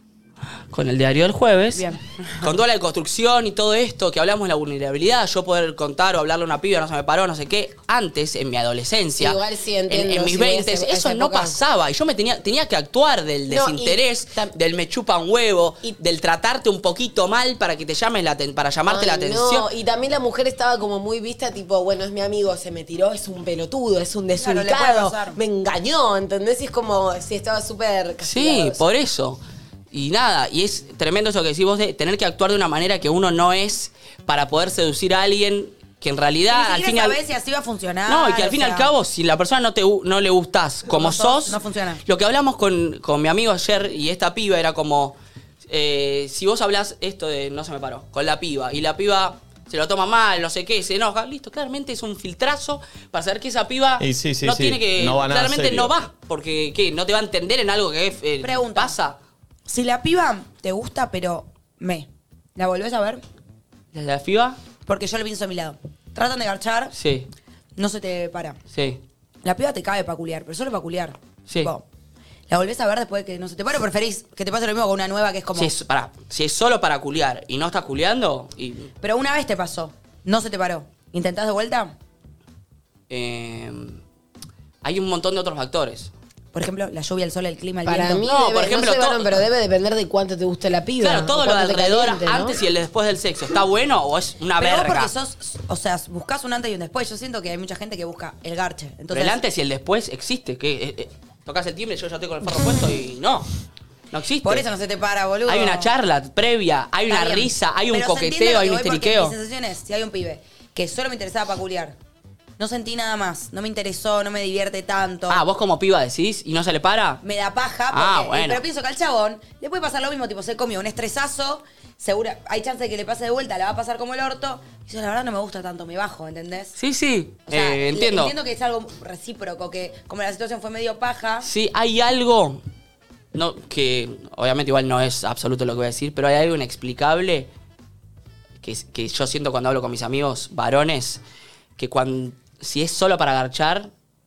Con el diario del jueves, Bien. con toda la deconstrucción y todo esto, que hablamos de la vulnerabilidad, yo poder contar o hablarle a una piba, no se me paró, no sé qué, antes, en mi adolescencia, Sí, igual sí, entiendo, en mis sí, voy a 20, esa eso no época. pasaba. Y yo tenía que actuar del No, desinterés, y del me chupa un huevo, y- del tratarte un poquito mal para que te llames para llamarte la Ay, atención. No, y también la mujer estaba como muy vista, tipo, bueno, es mi amigo, se me tiró, es un pelotudo, es un Claro, le puede desubicado, pasar. me engañó, ¿entendés? Y es como, sí, estaba súper Sí, castigado. por eso. Y nada, y es tremendo eso que decís vos de tener que actuar de una manera que uno no es para poder seducir a alguien que en realidad Ni al siquiera fin y al sabés si así va a funcionar. No, y que al o fin y al sea, cabo, si la persona no le gustás como sos, no funciona. Lo que hablamos con mi amigo ayer y esta piba era como, si vos hablás esto de no se me paró, con la piba, y la piba se lo toma mal, no sé qué, se enoja, listo, claramente es un filtrazo para saber que esa piba Y sí, no sí, tiene que, no va nada claramente serio. no va, porque ¿qué? No te va a entender en algo que Pregunta. pasa. Si la piba te gusta, pero ¿la volvés a ver? ¿La piba? Porque yo lo pienso a mi lado. Tratan de garchar, Sí, no se te para. sí. La piba te cabe peculiar, pero solo peculiar. Sí. Tipo, ¿La volvés a ver después de que no se te pare o preferís que te pase lo mismo con una nueva que es como... Si es solo para culiar y no estás culiando... Pero una vez te pasó, no se te paró. ¿Intentás de vuelta? Hay un montón de otros factores. Por ejemplo, la lluvia, el sol, el clima, el Para viento. mí, No, debe, por ejemplo, no sé, pero debe depender de cuánto te guste la piba. Claro, todo o lo de cuánto te alrededor, caliente, ¿no? antes y el después del sexo, ¿está bueno o es una Pero vos verga? porque buscás un antes y un después. Yo siento que hay mucha gente que busca el garche. Entonces, Pero el antes y el después existe. Que tocas el timbre, yo ya estoy con el forro puesto y no existe. por eso no se te para, boludo. Hay una charla previa, hay Está una bien. risa, hay un Pero se entiende coqueteo, lo hay que un voy porque histeriqueo. Mi sensación es, si hay un pibe que solo me interesaba para culiar, no sentí nada más, no me interesó, no me divierte tanto. Vos como piba decís y no se le para. Me da paja, porque, bueno. pero pienso que al chabón le puede pasar lo mismo, tipo, se comió un estresazo, segura, hay chance de que le pase de vuelta, la va a pasar como el orto, y yo la verdad no me gusta tanto, me bajo, ¿entendés? Sí, O sea, entiendo. Entiendo que es algo recíproco, que como la situación fue medio paja, Sí, hay algo, que obviamente igual no es absoluto lo que voy a decir, pero hay algo inexplicable que yo siento cuando hablo con mis amigos varones, que si es solo para garchar,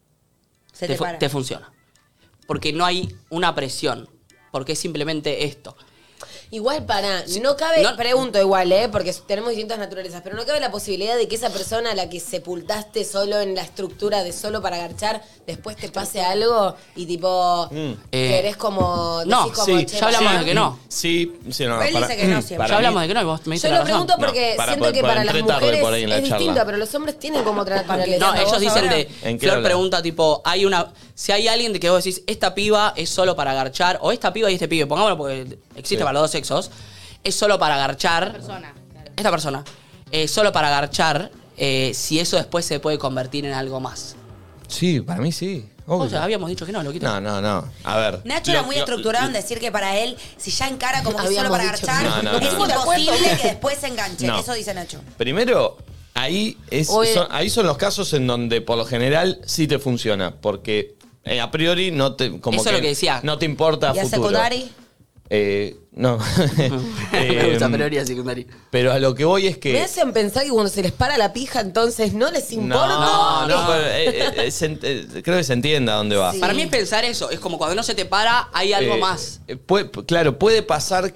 se te para. te funciona. Porque no hay una presión, porque es simplemente esto. Igual no cabe, pregunto igual, porque tenemos distintas naturalezas, pero no cabe la posibilidad de que esa persona a la que sepultaste solo en la estructura de solo para garchar, después te pase algo y tipo, querés como... No, decís como, sí, che, ya hablamos pará. de que no. Sí, no. Él dice que no siempre. Ya hablamos de que no y vos me diste Yo la lo razón. pregunto porque No, siento que para las entré tarde mujeres por ahí en la es charla. distinta, pero los hombres tienen como otra naturaleza. No, ellos dicen ahora? ¿En qué Flor hablan? pregunta tipo, si hay alguien de que vos decís, esta piba es solo para garchar, o esta piba y este pibe, pongámoslo porque existe para los dos sexos, es solo para garchar. Esta persona. Solo para garchar, si eso después se puede convertir en algo más. Sí, para mí sí. O sea, habíamos dicho que no, loquito. No. A ver. Nacho era muy estructurado en decir que para él, si ya encara como que solo Habíamos para dicho garchar, que no. es No. imposible que después se enganche. No. Eso dice Nacho. Primero, ahí son los casos en donde por lo general sí te funciona. Porque a priori no te. Como Eso es lo que decía. No te importa ¿Y a futuro. secundari? No. Me gusta prioridad secundaria. Pero a lo que voy es que. Me hacen pensar que cuando se les para la pija, entonces no les importa. No, pero, creo que se entienda a dónde va. Sí. Para mí es pensar eso, es como cuando no se te para, hay algo más. Puede pasar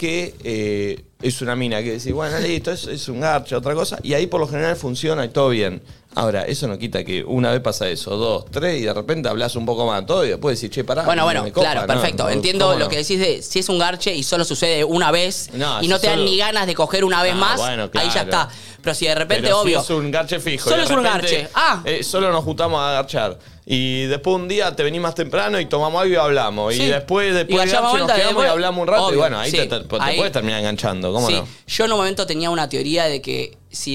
que es una mina que decís, bueno, listo, es un garche, otra cosa, y ahí por lo general funciona y todo bien. Ahora, eso no quita que una vez pasa eso, 2, 3, y de repente hablas un poco más todo y después decís, che, pará. Bueno, me copa, claro, ¿no? perfecto. Entiendo ¿Cómo lo no? que decís de si es un garche y solo sucede una vez No, y no si te dan solo- ni ganas de coger una vez más, Bueno, ahí ya claro. está. Pero si de repente, Pero obvio. Si es un garche fijo. Solo y de es un repente, garche. solo nos juntamos a garchar. Y después un día te venís más temprano y tomamos algo y hablamos. Sí. Y después Y del garchamos garche nos vuelta, quedamos después- y hablamos un rato. obvio, y bueno, ahí sí. te puedes terminar enganchando. ¿Cómo Sí. no? Yo en un momento tenía una teoría de que si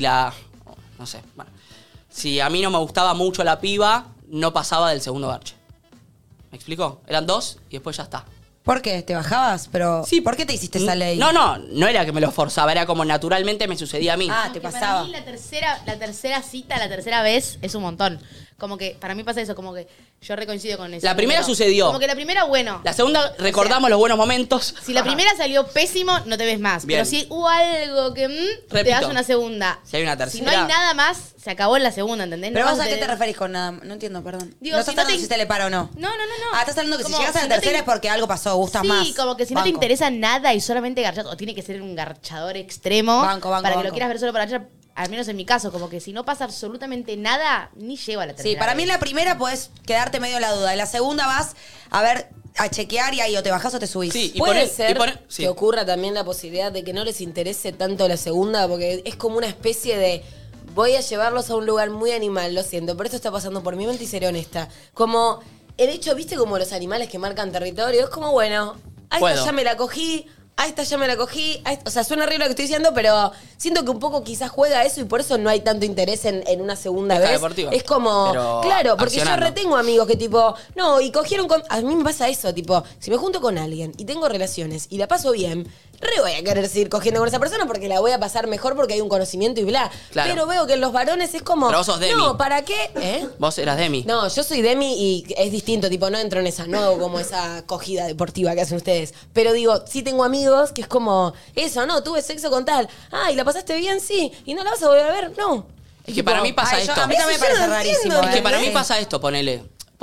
no sé, bueno. Si a mí no me gustaba mucho la piba, no pasaba del segundo garche. ¿Me explicó? Eran 2 y después ya está. ¿Por qué? ¿Te bajabas? Pero, Sí. ¿por qué te hiciste esa ley? No era que me lo forzaba, era como naturalmente me sucedía a mí. Ah, te Que pasaba. Para mí la tercera cita, la tercera vez es un montón. Como que para mí pasa eso, como que yo recoincido con eso. La primera sucedió. Como que la primera, bueno. La segunda, recordamos los buenos momentos. Si la primera salió pésimo, no te ves más. Bien. Pero si hubo algo que te Repito. das una segunda. Si hay una Si tercera. no hay nada más, se acabó en la segunda, ¿entendés? Pero No vos vas a qué te tener- referís con nada. No entiendo, perdón. Digo, no si estás no hablando te- si se le para o no. No. Ah, estás hablando que Como si llegas a la si no te- tercera es porque algo pasó, gustas más. Sí, como que si no te Banco. interesa nada y solamente garchar, o tiene que ser un garchador extremo Banco, para que banco. lo quieras ver solo para garchar, al menos en mi caso, como que si no pasa absolutamente nada, ni llego a la tercera. Sí, para mí en vez. la primera podés quedarte medio en la duda. En la segunda vas a ver, a chequear y ahí o te bajás o te subís. Sí, y Puede poné- ser sí. que ocurra también la posibilidad de que no les interese tanto la segunda, porque es como una especie de voy a llevarlos a un lugar muy animal, lo siento, pero esto está pasando por mi mente y seré honesta. Como el hecho, viste, como los animales que marcan territorio, es como, bueno, a esta Puedo. ya me la cogí, a esta ya me la cogí, o sea, suena horrible lo que estoy diciendo, pero siento que un poco quizás juega eso y por eso no hay tanto interés en una segunda Pesca vez. deportiva. Es como, Pero claro, porque yo accionando. retengo amigos que tipo, no, y cogieron con... A mí me pasa eso, tipo, si me junto con alguien y tengo relaciones y la paso bien, re voy a querer seguir cogiendo con esa persona porque la voy a pasar mejor porque hay un conocimiento y bla. Claro. Pero veo que en los varones es como... Pero vos sos Demi. No, ¿para qué? ¿Eh? Vos eras Demi. No, yo soy Demi y es distinto, tipo, no entro en esa, no hago como esa cogida deportiva que hacen ustedes. Pero digo, sí tengo amigos que es como, eso, no, tuve sexo con tal. Ah, ¿y la pasaste bien? Sí. ¿Y no la vas a volver a ver? No. Es que para mí pasa Ay, yo- esto. a mí también me parece Yo no rarísimo. entiendo, Es que para mí ¿entendés? pasa esto, ponele.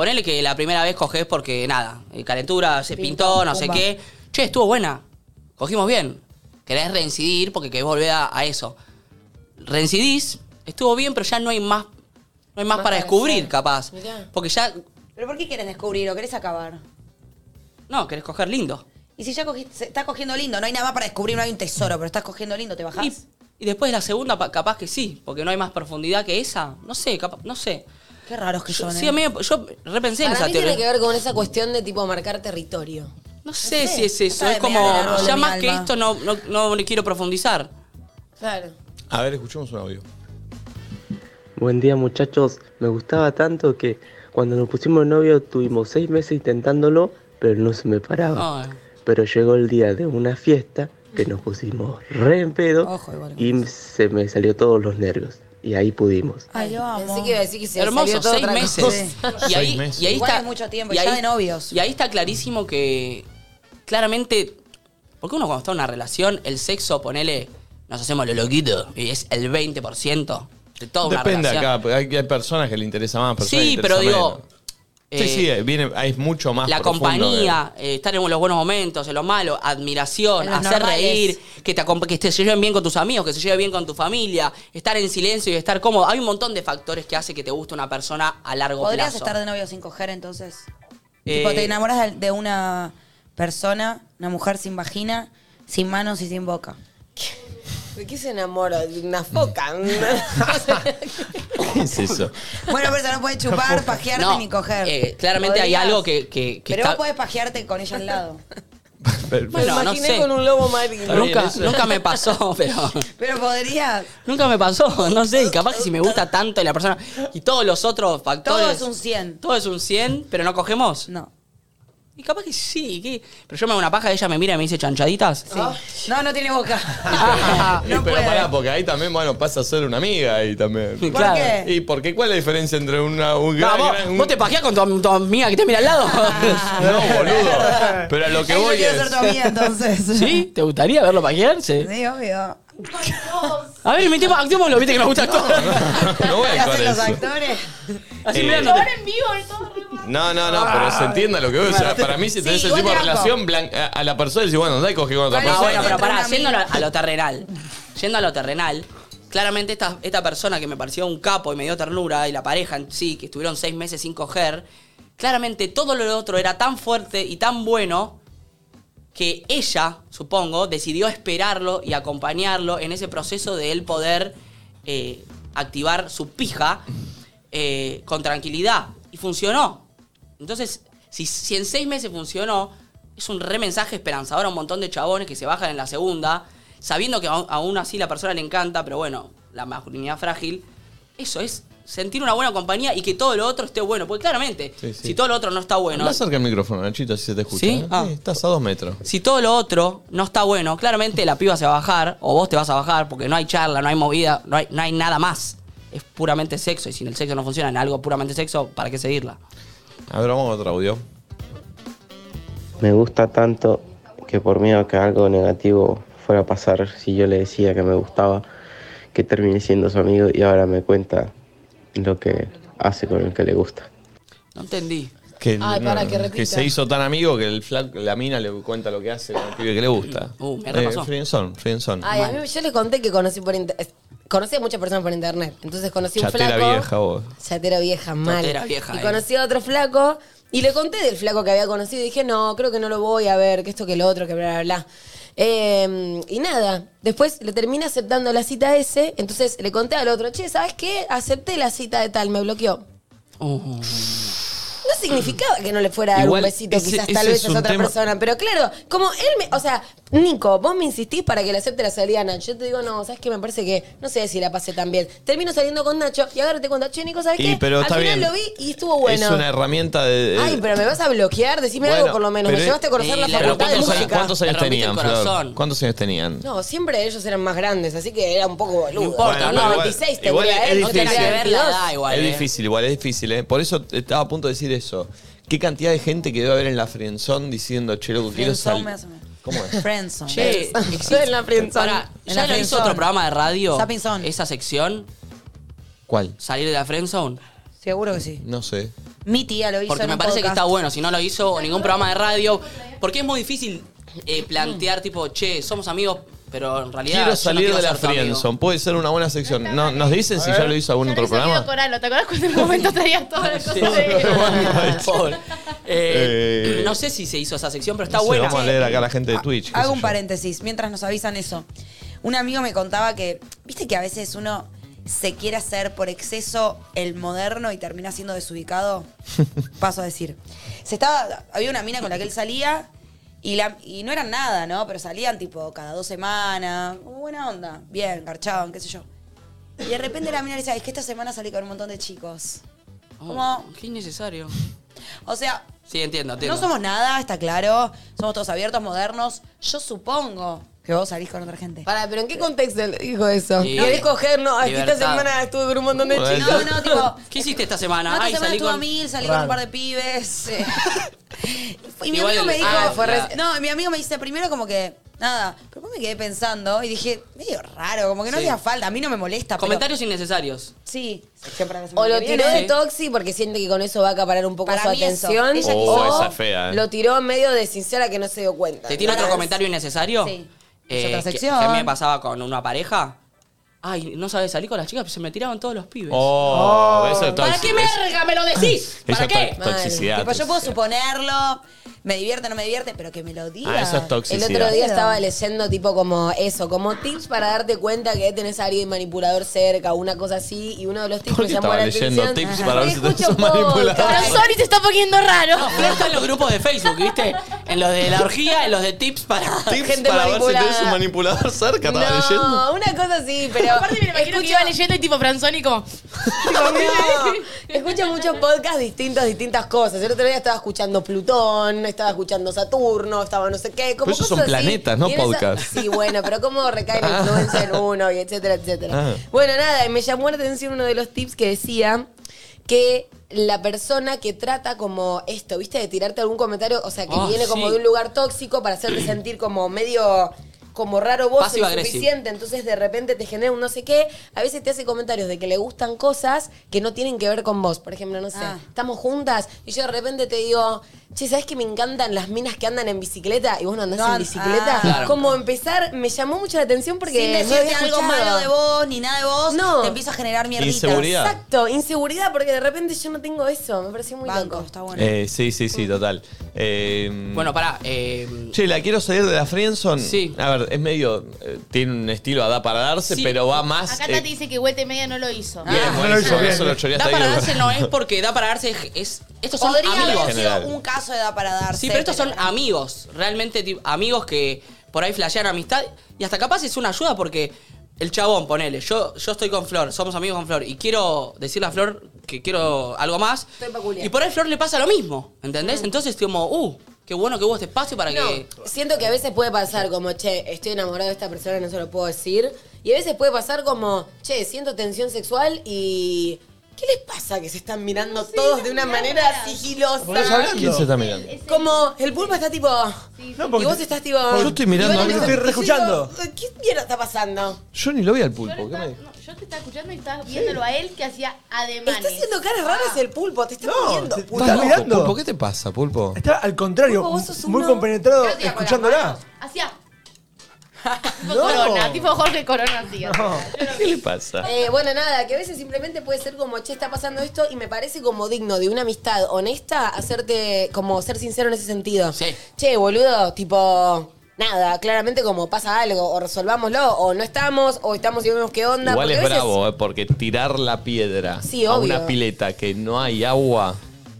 ponele que la primera vez cogés porque nada, calentura, se pintó, no sé pumba. qué. Che, estuvo buena. Cogimos bien. Querés reincidir porque querés volver a eso. Reincidís, estuvo bien, pero ya no hay más para para descubrir, hacer. capaz. Mirá. Porque ya, ¿Pero por qué quieres descubrir o querés acabar? no, querés coger lindo. Y si ya estás cogiendo lindo, no hay nada más para descubrir, no hay un tesoro, pero estás cogiendo lindo, ¿te bajás? Y después de la segunda, capaz que sí, porque no hay más profundidad que esa. No sé, capaz, no sé. Qué raros que son, Sí, a mí, yo repensé en Para esa mí tiene teoría. que ver con esa cuestión de tipo marcar territorio. No sé No sé, si es eso, está es de como, mear el árbol de ya mi más que alma. esto no le quiero profundizar. Claro. A ver, escuchemos un audio. Buen día muchachos, me gustaba tanto que cuando nos pusimos novio tuvimos 6 meses intentándolo, pero no se me paraba. Ay. Pero llegó el día de una fiesta que nos pusimos re en pedo Ojo, igual. y se me salió todos los nervios. Y ahí pudimos. Ay, lo amo. Pensé que iba a decir que se Hermoso, salió todo 6 otra meses. cosa. Y ahí, 6 meses. y ahí Igual está. es mucho tiempo, y ya ahí- de novios. Y ahí está clarísimo que claramente. Porque uno cuando está en una relación, el sexo, ponele, nos hacemos lo loquito, y es el 20% de toda una Depende relación. acá, porque hay personas que le interesa más, personas que Sí, le pero interesa digo. menos. Sí, hay mucho más La profundo compañía, estar en los buenos momentos, en los malos, admiración, En los hacer normales. reír, que te lleven bien con tus amigos, que se lleve bien con tu familia, estar en silencio y estar cómodo. Hay un montón de factores que hace que te guste una persona a largo ¿Podrías plazo. estar de novio sin coger entonces? Eh, Tipo, te enamoras de una persona, una mujer sin vagina, sin manos y sin boca. ¿De qué se enamora? De una foca. ¿Qué es eso? Bueno, pero eso no puede chupar, pajearte no, ni coger. claramente hay ¿Podrías? algo que Pero está... vos podés pajearte con ella al lado. Pero- Me Bueno, no imaginé sé. con un lobo marino. Está bien, eso. Nunca me pasó, pero... Pero podrías. Nunca me pasó, no sé, y capaz que si me gusta tanto la persona y todos los otros factores... Todo es un 100. Todo es un 100, pero no cogemos. No. Y capaz que sí, ¿qué? Pero yo me hago una paja y ella me mira y me dice chanchaditas. Sí. No, no tiene boca. pero no puede. pará, porque ahí también, bueno, pasa a ser una amiga ahí también. ¿Por Claro. qué? ¿Y por qué? ¿Cuál es la diferencia entre un No, gran... ¿Vos te pajeás con tu amiga que te mira al lado? No, boludo. Pero a lo que Ay, yo voy quiero es... ser tu amiga entonces. ¿Sí? ¿Te gustaría verlo pajearse? Sí, obvio. A ver, actuémoslo, viste que me gusta actuar. No voy a ¿Qué actuar hacen los eso. actores? Así mirándote. Ahora en vivo y todo re mal. No, pero se entienda lo que voy. O sea, para mí, si tenés Sí, ese tipo de igual te banco. relación, a la persona decís, bueno, andá y coge con otra Igual Ah, persona. bueno, pero pará, Entre un yendo amigo. a lo terrenal. Yendo a lo terrenal, claramente esta persona que me pareció un capo y me dio ternura, y la pareja en sí, que estuvieron 6 meses sin coger, claramente todo lo otro era tan fuerte y tan bueno que ella, supongo, decidió esperarlo y acompañarlo en ese proceso de él poder activar su pija con tranquilidad. Y funcionó. Entonces, si en 6 meses funcionó, es un re mensaje esperanzador a un montón de chabones que se bajan en la segunda, sabiendo que aún así la persona le encanta, pero bueno, la masculinidad frágil. Eso es sentir una buena compañía y que todo lo otro esté bueno. Porque claramente, Sí, sí. si todo lo otro no está bueno, Habla cerca del micrófono, Nachito, así se te escucha. ¿Sí? ¿eh? Ah. Sí, estás a 2 metros. si todo lo otro no está bueno, claramente la piba se va a bajar, o vos te vas a bajar, porque no hay charla, no hay movida, no hay nada más. Es puramente sexo, y si el sexo no funciona en algo puramente sexo, ¿para qué seguirla? A ver, vamos a otro audio. Me gusta tanto que por miedo a que algo negativo fuera a pasar si yo le decía que me gustaba, que terminé siendo su amigo y ahora me cuenta lo que hace con el que le gusta. No entendí. Que, Ay, para que repita. que se hizo tan amigo que la mina le cuenta lo que hace con el pibe que le gusta. Me repasó. Friendzone. Ay, a mí yo le conté que conocí por internet. Conocí a muchas personas por internet. Entonces conocí un Chatera flaco. vieja vos. Chatera vieja, mal. Chatera vieja, Y conocí a otro flaco. Y le conté del flaco que había conocido. Y dije, no, creo que no lo voy a ver, que esto, que lo otro, que bla, bla, bla. Y nada, después le terminé aceptando la cita ese. Entonces le conté al otro, che, ¿sabes qué? Acepté la cita de tal, me bloqueó. No significaba que no le fuera a dar Igual, un besito, ese- quizás ese tal vez es es un otra tema- persona. Pero claro, como él me. O sea, Nico, vos me insistís para que le acepte la salida a Nacho. Yo te digo, no, ¿sabes qué? Me parece que. No sé si la pasé tan bien. Termino saliendo con Nacho y ahora te cuento, che, Nico, ¿sabes qué? Pero Al está final bien. lo vi y estuvo bueno. Es una herramienta de... Ay, pero me vas a bloquear, decime Bueno, algo por lo menos. Me pero- llevaste a conocer la Pero facultad de ¿cuántos música. ¿cuántos años Te rompiste tenían, el Flor? corazón. ¿Cuántos años tenían? No, siempre ellos eran más grandes, así que era un poco boludo. No importa, Bueno, no, igual- 26 igual tendría es él, No tiene difícil. que ver la edad igual. Es difícil, igual, es difícil, ¿eh? Por eso estaba a punto de decir eso. ¿Qué cantidad de gente quedó a ver en la friendzone diciendo, che, loco, quiero Friendzone salir? me hace mal. ¿Cómo es? Friendzone. Che, Estoy en la friendzone. Pará, En ¿ya la lo hizo friendzone. otro programa de radio? Zapping Zone. Esa sección, ¿Cuál? salir de la friendzone. Seguro que sí. No sé. Mi tía lo hizo Porque en me un parece que podcast. está bueno, si no lo hizo ningún programa de radio. Porque es muy difícil plantear, tipo, che, somos amigos, pero en realidad. Quiero yo salir no quiero de la ser tu amigo. friendzone. Puede ser una buena sección. ¿Nos dicen si ya lo hizo algún Yo otro lo hice Guido programa? Coralo, ¿te acordás cuando en un momento traías todas las cosas de... Pobre. Eh, No sé si se hizo esa sección, pero está No sé, buena. vamos a leer acá a la gente de Twitch. qué Hago sé un yo. paréntesis, mientras nos avisan eso. Un amigo me contaba que, viste que a veces uno se quiere hacer por exceso el moderno y termina siendo desubicado. Paso a decir. Había una mina con la que él salía y no eran nada, ¿no? Pero salían tipo cada 2 semanas. Buena onda, bien, garchaban, qué sé yo. Y de repente la mina le decía, es que esta semana salí con un montón de chicos. Como, Qué innecesario. o sea, Sí, entiendo. no somos nada, está claro. Somos todos abiertos, modernos. Yo supongo que vos salís con otra gente. ¿Pero en qué contexto le dijo eso? Sí. ¿Querés coger? No, es que esta Libertad. semana estuve con un montón de Bueno, chicos. No, tipo... ¿Qué hiciste esta semana? No, esta Ay, semana salí estuve a con... 1000, salí con un par de pibes. Y mi Igual amigo me dijo... fue No, mi amigo me dice primero como que... Nada, pero después me quedé pensando y dije, medio raro, como que no Sí. hacía falta. A mí no me molesta, Comentarios innecesarios. pero... Sí, siempre la semana O lo que tiró viene. de Toxi porque siente que con eso va a acaparar un poco Para su mí eso. atención. Ella Oh, o esa es fea, lo tiró medio de sincera que no se dio cuenta. ¿Te tiro otro comentario innecesario? Sí. Es otra que sección. a mí me pasaba con una pareja. Ay, no sabes salir con las chicas, pero se me tiraban todos los pibes. Eso es ¿Para qué verga me lo decís? ¿Para qué? Toxicidad. Tipo, yo puedo suponerlo, me divierte, no me divierte, pero que me lo diga. Ah, eso es El toxicidad. otro día estaba leyendo tipo como eso, como tips para darte cuenta que tenés a alguien manipulador cerca, una cosa así, y uno de los tips ¿Por me qué llamó la estaba leyendo atención. tips para ver si tenés Escucho un manipulador? podcast. Pero Sony se está poniendo raro. Flor está en los grupos de Facebook, ¿viste? En los de la orgía, en los de tips para... Tips gente para ver si tenés manipulada. un manipulador cerca, estaba leyendo. No, una cosa así, pero Aparte me lo imagino que iba leyendo y tipo Franzoni como... escucho muchos podcasts distintas cosas. El otro día estaba escuchando Plutón, estaba escuchando Saturno, estaba no sé qué. Como Pero esos cosas son así. planetas, no Y en esa- podcasts. Sí, bueno, pero cómo recae la influencia en uno y etcétera, etcétera. Ah. Bueno, nada, y me llamó la atención uno de los tips que decía que la persona que trata como esto, ¿viste? De tirarte algún comentario, o sea, que viene como sí. de un lugar tóxico para hacerte sentir como medio... como raro vos, Pasivo insuficiente, entonces de repente te genera un no sé qué, a veces te hace comentarios de que le gustan cosas que no tienen que ver con vos. Por ejemplo, no sé, estamos juntas y yo de repente te digo, che, ¿sabes que me encantan las minas que andan en bicicleta y vos no andás No, en bicicleta? Claro. Como empezar, me llamó mucho la atención porque Sin no decirte había algo escuchado. malo de vos, ni nada de vos, No. te empieza a generar mierdita. Inseguridad. Exacto, inseguridad, porque de repente yo no tengo eso, me pareció muy Banco, loco. está bueno. Sí, total. Bueno, pará. Che, la quiero salir de la friendzone. Sí. A ver, es medio... tiene un estilo a da para darse, Sí. pero va más... Acá Tati dice que Vuelta y Media no lo hizo. Bien, no lo buenísimo, hizo bien. eso lo choreaste Da ahí, para Hugo. darse no es porque da para darse es estos son Podría amigos. haber sido General. un caso de da para darse. Sí, pero estos son amigos, realmente amigos que por ahí flashean amistad y hasta capaz es una ayuda porque el chabón, ponele, yo estoy con Flor, somos amigos con Flor y quiero decirle a Flor que quiero algo más Estoy peculiar. y por ahí Flor le pasa lo mismo, ¿entendés? Entonces como, qué bueno que hubo este espacio para No, que... siento que a veces puede pasar como, che, estoy enamorado de esta persona, no se lo puedo decir. Y a veces puede pasar como, che, siento tensión sexual y... ¿Qué les pasa que se están mirando todos de una manera sigilosa? ¿Estás hablando? ¿Quién se está mirando? Como el pulpo está tipo... No, y porque vos estás tipo... Yo estoy mirando y vos a mí. estás- Estoy y yo reescuchando. digo, ¿qué mierda está pasando? Yo ni lo vi al Yo, pulpo. ¿Qué me... yo te estaba escuchando y estaba viéndolo a él que hacía ademanes. Está haciendo caras raras el pulpo, te está No, moviendo. te- pulpo. ¿Estás loco, mirando? Pulpo? ¿Qué te pasa, pulpo? Está al contrario, Pulpo, vos sos muy uno- compenetrado ¿Qué hacía con las escuchándola. manos? Hacía... tipo No. Corona, tipo Jorge Corona hacía. No. ¿Qué le pasa? Bueno, nada, que a veces simplemente puede ser como, che, está pasando esto y me parece como digno de una amistad honesta hacerte, como ser sincero en ese sentido. Sí. Che, boludo, tipo, nada, claramente como pasa algo, o resolvámoslo, o no estamos, o estamos y vemos qué onda. Igual porque es a veces- bravo, porque tirar la piedra Sí, a obvio. una pileta que no hay agua...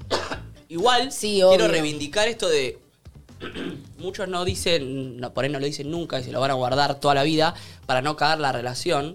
Igual, Sí, quiero obvio. reivindicar esto de... Muchos no dicen, por ahí no lo dicen nunca y se lo van a guardar toda la vida para no cagar la relación.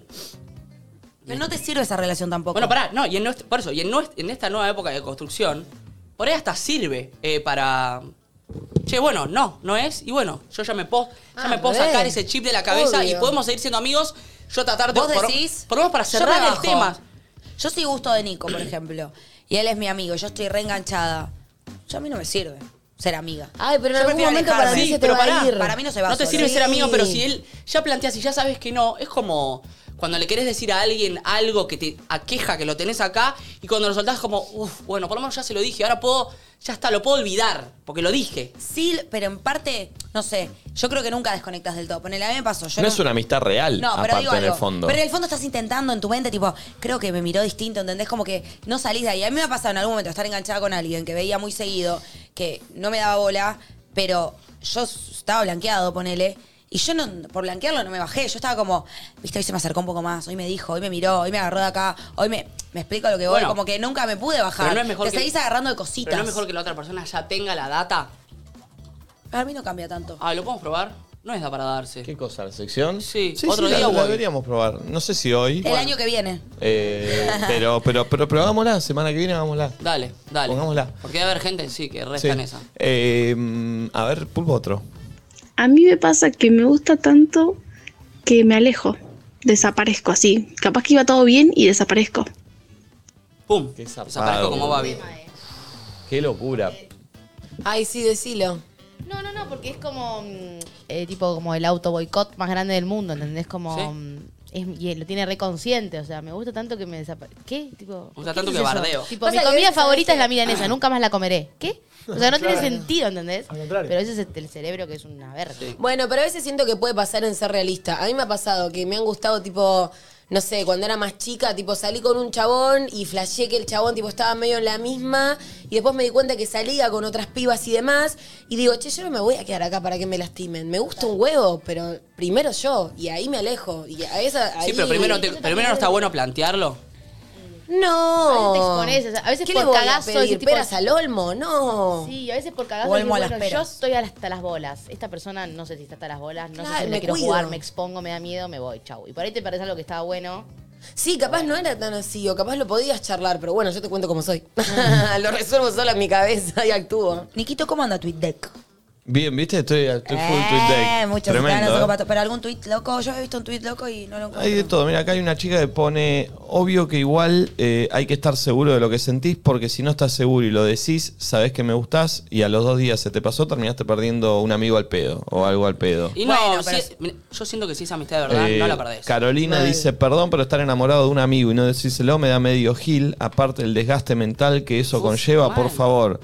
Pero no te sirve esa relación tampoco. Bueno, pará, no, y por eso, y en esta nueva época de construcción, por ahí hasta sirve para... Che, bueno, no es, y bueno, yo ya me puedo re. sacar ese chip de la cabeza y Obvio. podemos seguir siendo amigos, yo tratar de... ¿Vos decís? Por lo menos para Yo cerrar me el bajo. tema. Yo soy gusto de Nico, por ejemplo. Y él es mi amigo, yo estoy reenganchada. Yo a mí no me sirve. ser amiga. Ay, pero en Yo algún prefiero momento alejarme. para mí Sí, se te pero va pará. a ir. Para mí no se va No te solo. sirve ser Sí. amigo, pero si él ya planteas y ya sabes que no, es como cuando le querés decir a alguien algo que te aqueja, que lo tenés acá, y cuando lo soltás es como, bueno, por lo menos ya se lo dije, ahora ya está, lo puedo olvidar, porque lo dije. Sí, pero en parte, no sé, yo creo que nunca desconectas del todo. Ponele, a mí me pasó. Yo No es una amistad real, No, pero aparte digo en el algo. fondo. Pero en el fondo estás intentando en tu mente, tipo, creo que me miró distinto, ¿entendés? Como que no salís de ahí. A mí me ha pasado en algún momento estar enganchada con alguien que veía muy seguido, que no me daba bola, pero yo estaba blanqueado, ponele. Y yo por blanquearlo no me bajé. Yo estaba como, viste, hoy se me acercó un poco más, hoy me dijo, hoy me miró, hoy me agarró de acá, hoy me explico lo que voy, Bueno, como que nunca me pude bajar. Pero no es mejor Te seguís agarrando de cositas. Pero no es mejor que la otra persona ya tenga la data. Para mí no cambia tanto. Ah, ¿lo podemos probar? No es da para darse. ¿Qué cosa? ¿La sección? Sí, otro la día voy. deberíamos probar. No sé si hoy. El año que viene. Pero hagámosla, semana que viene hagámosla. Dale. Pongámosla. Porque debe haber gente, sí, que resta Sí. en esa. A ver, Pulpo otro. A mí me pasa que me gusta tanto que me alejo, desaparezco así. Capaz que iba todo bien y desaparezco. ¡Pum! Qué zapado. Desaparezco como Babi. Qué locura. Ay, sí, decilo. No, porque es como tipo como el auto boicot más grande del mundo, ¿entendés? Como Sí. y lo tiene reconsciente, o sea, me gusta tanto que me desaparezca. ¿Qué? Tipo, Me gusta ¿qué tanto sé que yo? bardeo. Tipo, Pasa mi que comida a veces, favorita es la ¿sabes? milanesa, nunca más la comeré. ¿Qué? O sea, no tiene Claro. sentido, ¿entendés? Al contrario. Pero ese es el cerebro que es una verga. Bueno, pero a veces siento que puede pasar en ser realista. A mí me ha pasado que me han gustado, tipo, no sé, cuando era más chica, tipo, salí con un chabón y flasheé que el chabón, tipo, estaba medio en la misma. Y después me di cuenta que salía con otras pibas y demás. Y digo, che, yo no me voy a quedar acá para que me lastimen. Me gusta un huevo, pero primero yo. Y ahí me alejo. Y a esa, ahí... Sí, pero primero no está bueno plantearlo. No. A veces te expones, o sea, a veces ¿Qué por le voy cagazo, a pedir? ese tipo de- ¿Peras al olmo? No. Sí, a veces por cagazo Olmo decís, a las bueno, yo peras. estoy hasta las bolas. Esta persona no sé si está hasta las bolas, no sé Claro, si me le quiero cuido. jugar, me expongo, me da miedo, me voy, chau. Y por ahí te parece algo que estaba bueno. Sí, capaz no era tan así, o capaz lo podías charlar, pero bueno, yo te cuento cómo soy. Lo resuelvo sola en mi cabeza y actúo. Niquito, ¿cómo anda TweetDeck? Bien, ¿viste? Estoy full tweet deck. Muchos Tremendo, ganas, ¿eh? pero algún tweet loco, yo he visto un tweet loco y no lo encuentro. Hay de todo. Mira, acá hay una chica que pone, obvio que igual hay que estar seguro de lo que sentís, porque si no estás seguro y lo decís, sabés que me gustás y a los 2 días se te pasó, terminaste perdiendo un amigo al pedo o algo al pedo. Y no, Bueno, pero- mira, yo siento que si es amistad de verdad, no la perdés. Carolina dice, perdón, pero estar enamorado de un amigo y no decírselo me da medio gil, aparte el desgaste mental que eso conlleva, por mal. favor.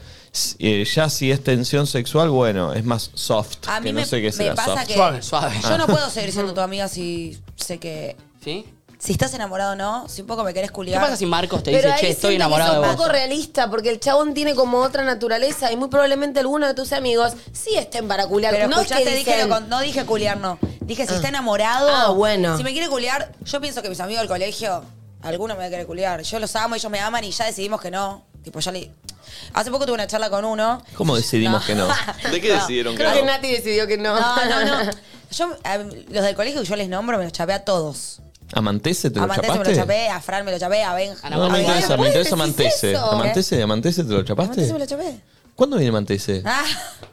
Ya si es tensión sexual, bueno, es más soft. A que mí no me, sé qué me será pasa soft. que Suave. yo no puedo seguir siendo tu amiga si sé que... ¿Sí? Si estás enamorado o no, si un poco me querés ¿Qué culiar. pasa si Marcos te Pero dice, ahí che, estoy siento que enamorado de es un vos? poco realista, porque el chabón tiene como otra naturaleza y muy probablemente alguno de tus amigos sí estén para culiar. Pero no es que escuchaste, dije, dicen, no dije culiar, no. Dije, si está enamorado. Ah, bueno. Si me quiere culiar, yo pienso que mis amigos del colegio, alguno me va a querer culiar. Yo los amo, ellos me aman y ya decidimos que no. Tipo, ya le... Hace poco tuve una charla con uno. ¿Cómo decidimos que no? ¿De qué decidieron que creo no? que Nati decidió que no. No. Yo, los del colegio que yo les nombro, me los chapé a todos. ¿A Mantese te A lo Mantese me chapaste? lo chapé, a Fran me lo chapé, a Ben. No, me Ay, interesa, me interesa ¿puedes decir Mantese. eso? ¿A Mantese te lo A chapaste? Mantese me lo chapé. ¿Cuándo viene Mantese? Ah,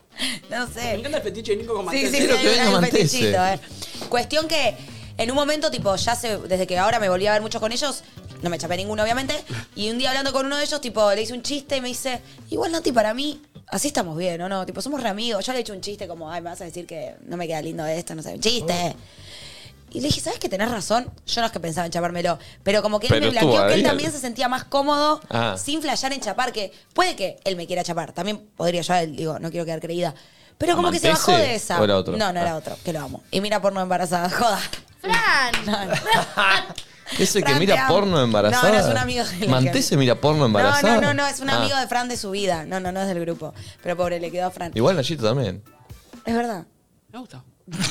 no Me sé. encanta el fetiche de Nico con Sí, Mantese. sí, Quiero sí, que venga hay un Mantese. fetichito, Cuestión que en un momento, tipo, desde que ahora me volví a ver mucho con ellos, no me chapé ninguno, obviamente, y un día hablando con uno de ellos, tipo, le hice un chiste y me dice, igual Nati, para mí, así estamos bien, ¿o no? Tipo, somos re amigos. Yo le he hecho un chiste como, ay, me vas a decir que no me queda lindo esto, no sé, un chiste. Y le dije, ¿sabes que tenés razón? Yo no es que pensaba en chapármelo, pero como que él Pero me blanqueó estuvo que él ahí, también se sentía más cómodo Ah. sin flashear en chapar, que puede que él me quiera chapar, también podría yo a él, digo, no quiero quedar creída. Pero como que se ¿Amantese bajó de esa. o era otro? No, no era Ah. otro, que lo amo. Y mira porno embarazada, joda. ¡Fran! ¿Ese que Fran, te mira amo. porno embarazada? No, no, es un amigo de la ¿Mantese mira porno embarazada? No, es un Ah. amigo de Fran de su vida. No es del grupo. Pero pobre, le quedó a Fran. Igual Nachito también. Es verdad. Me gusta.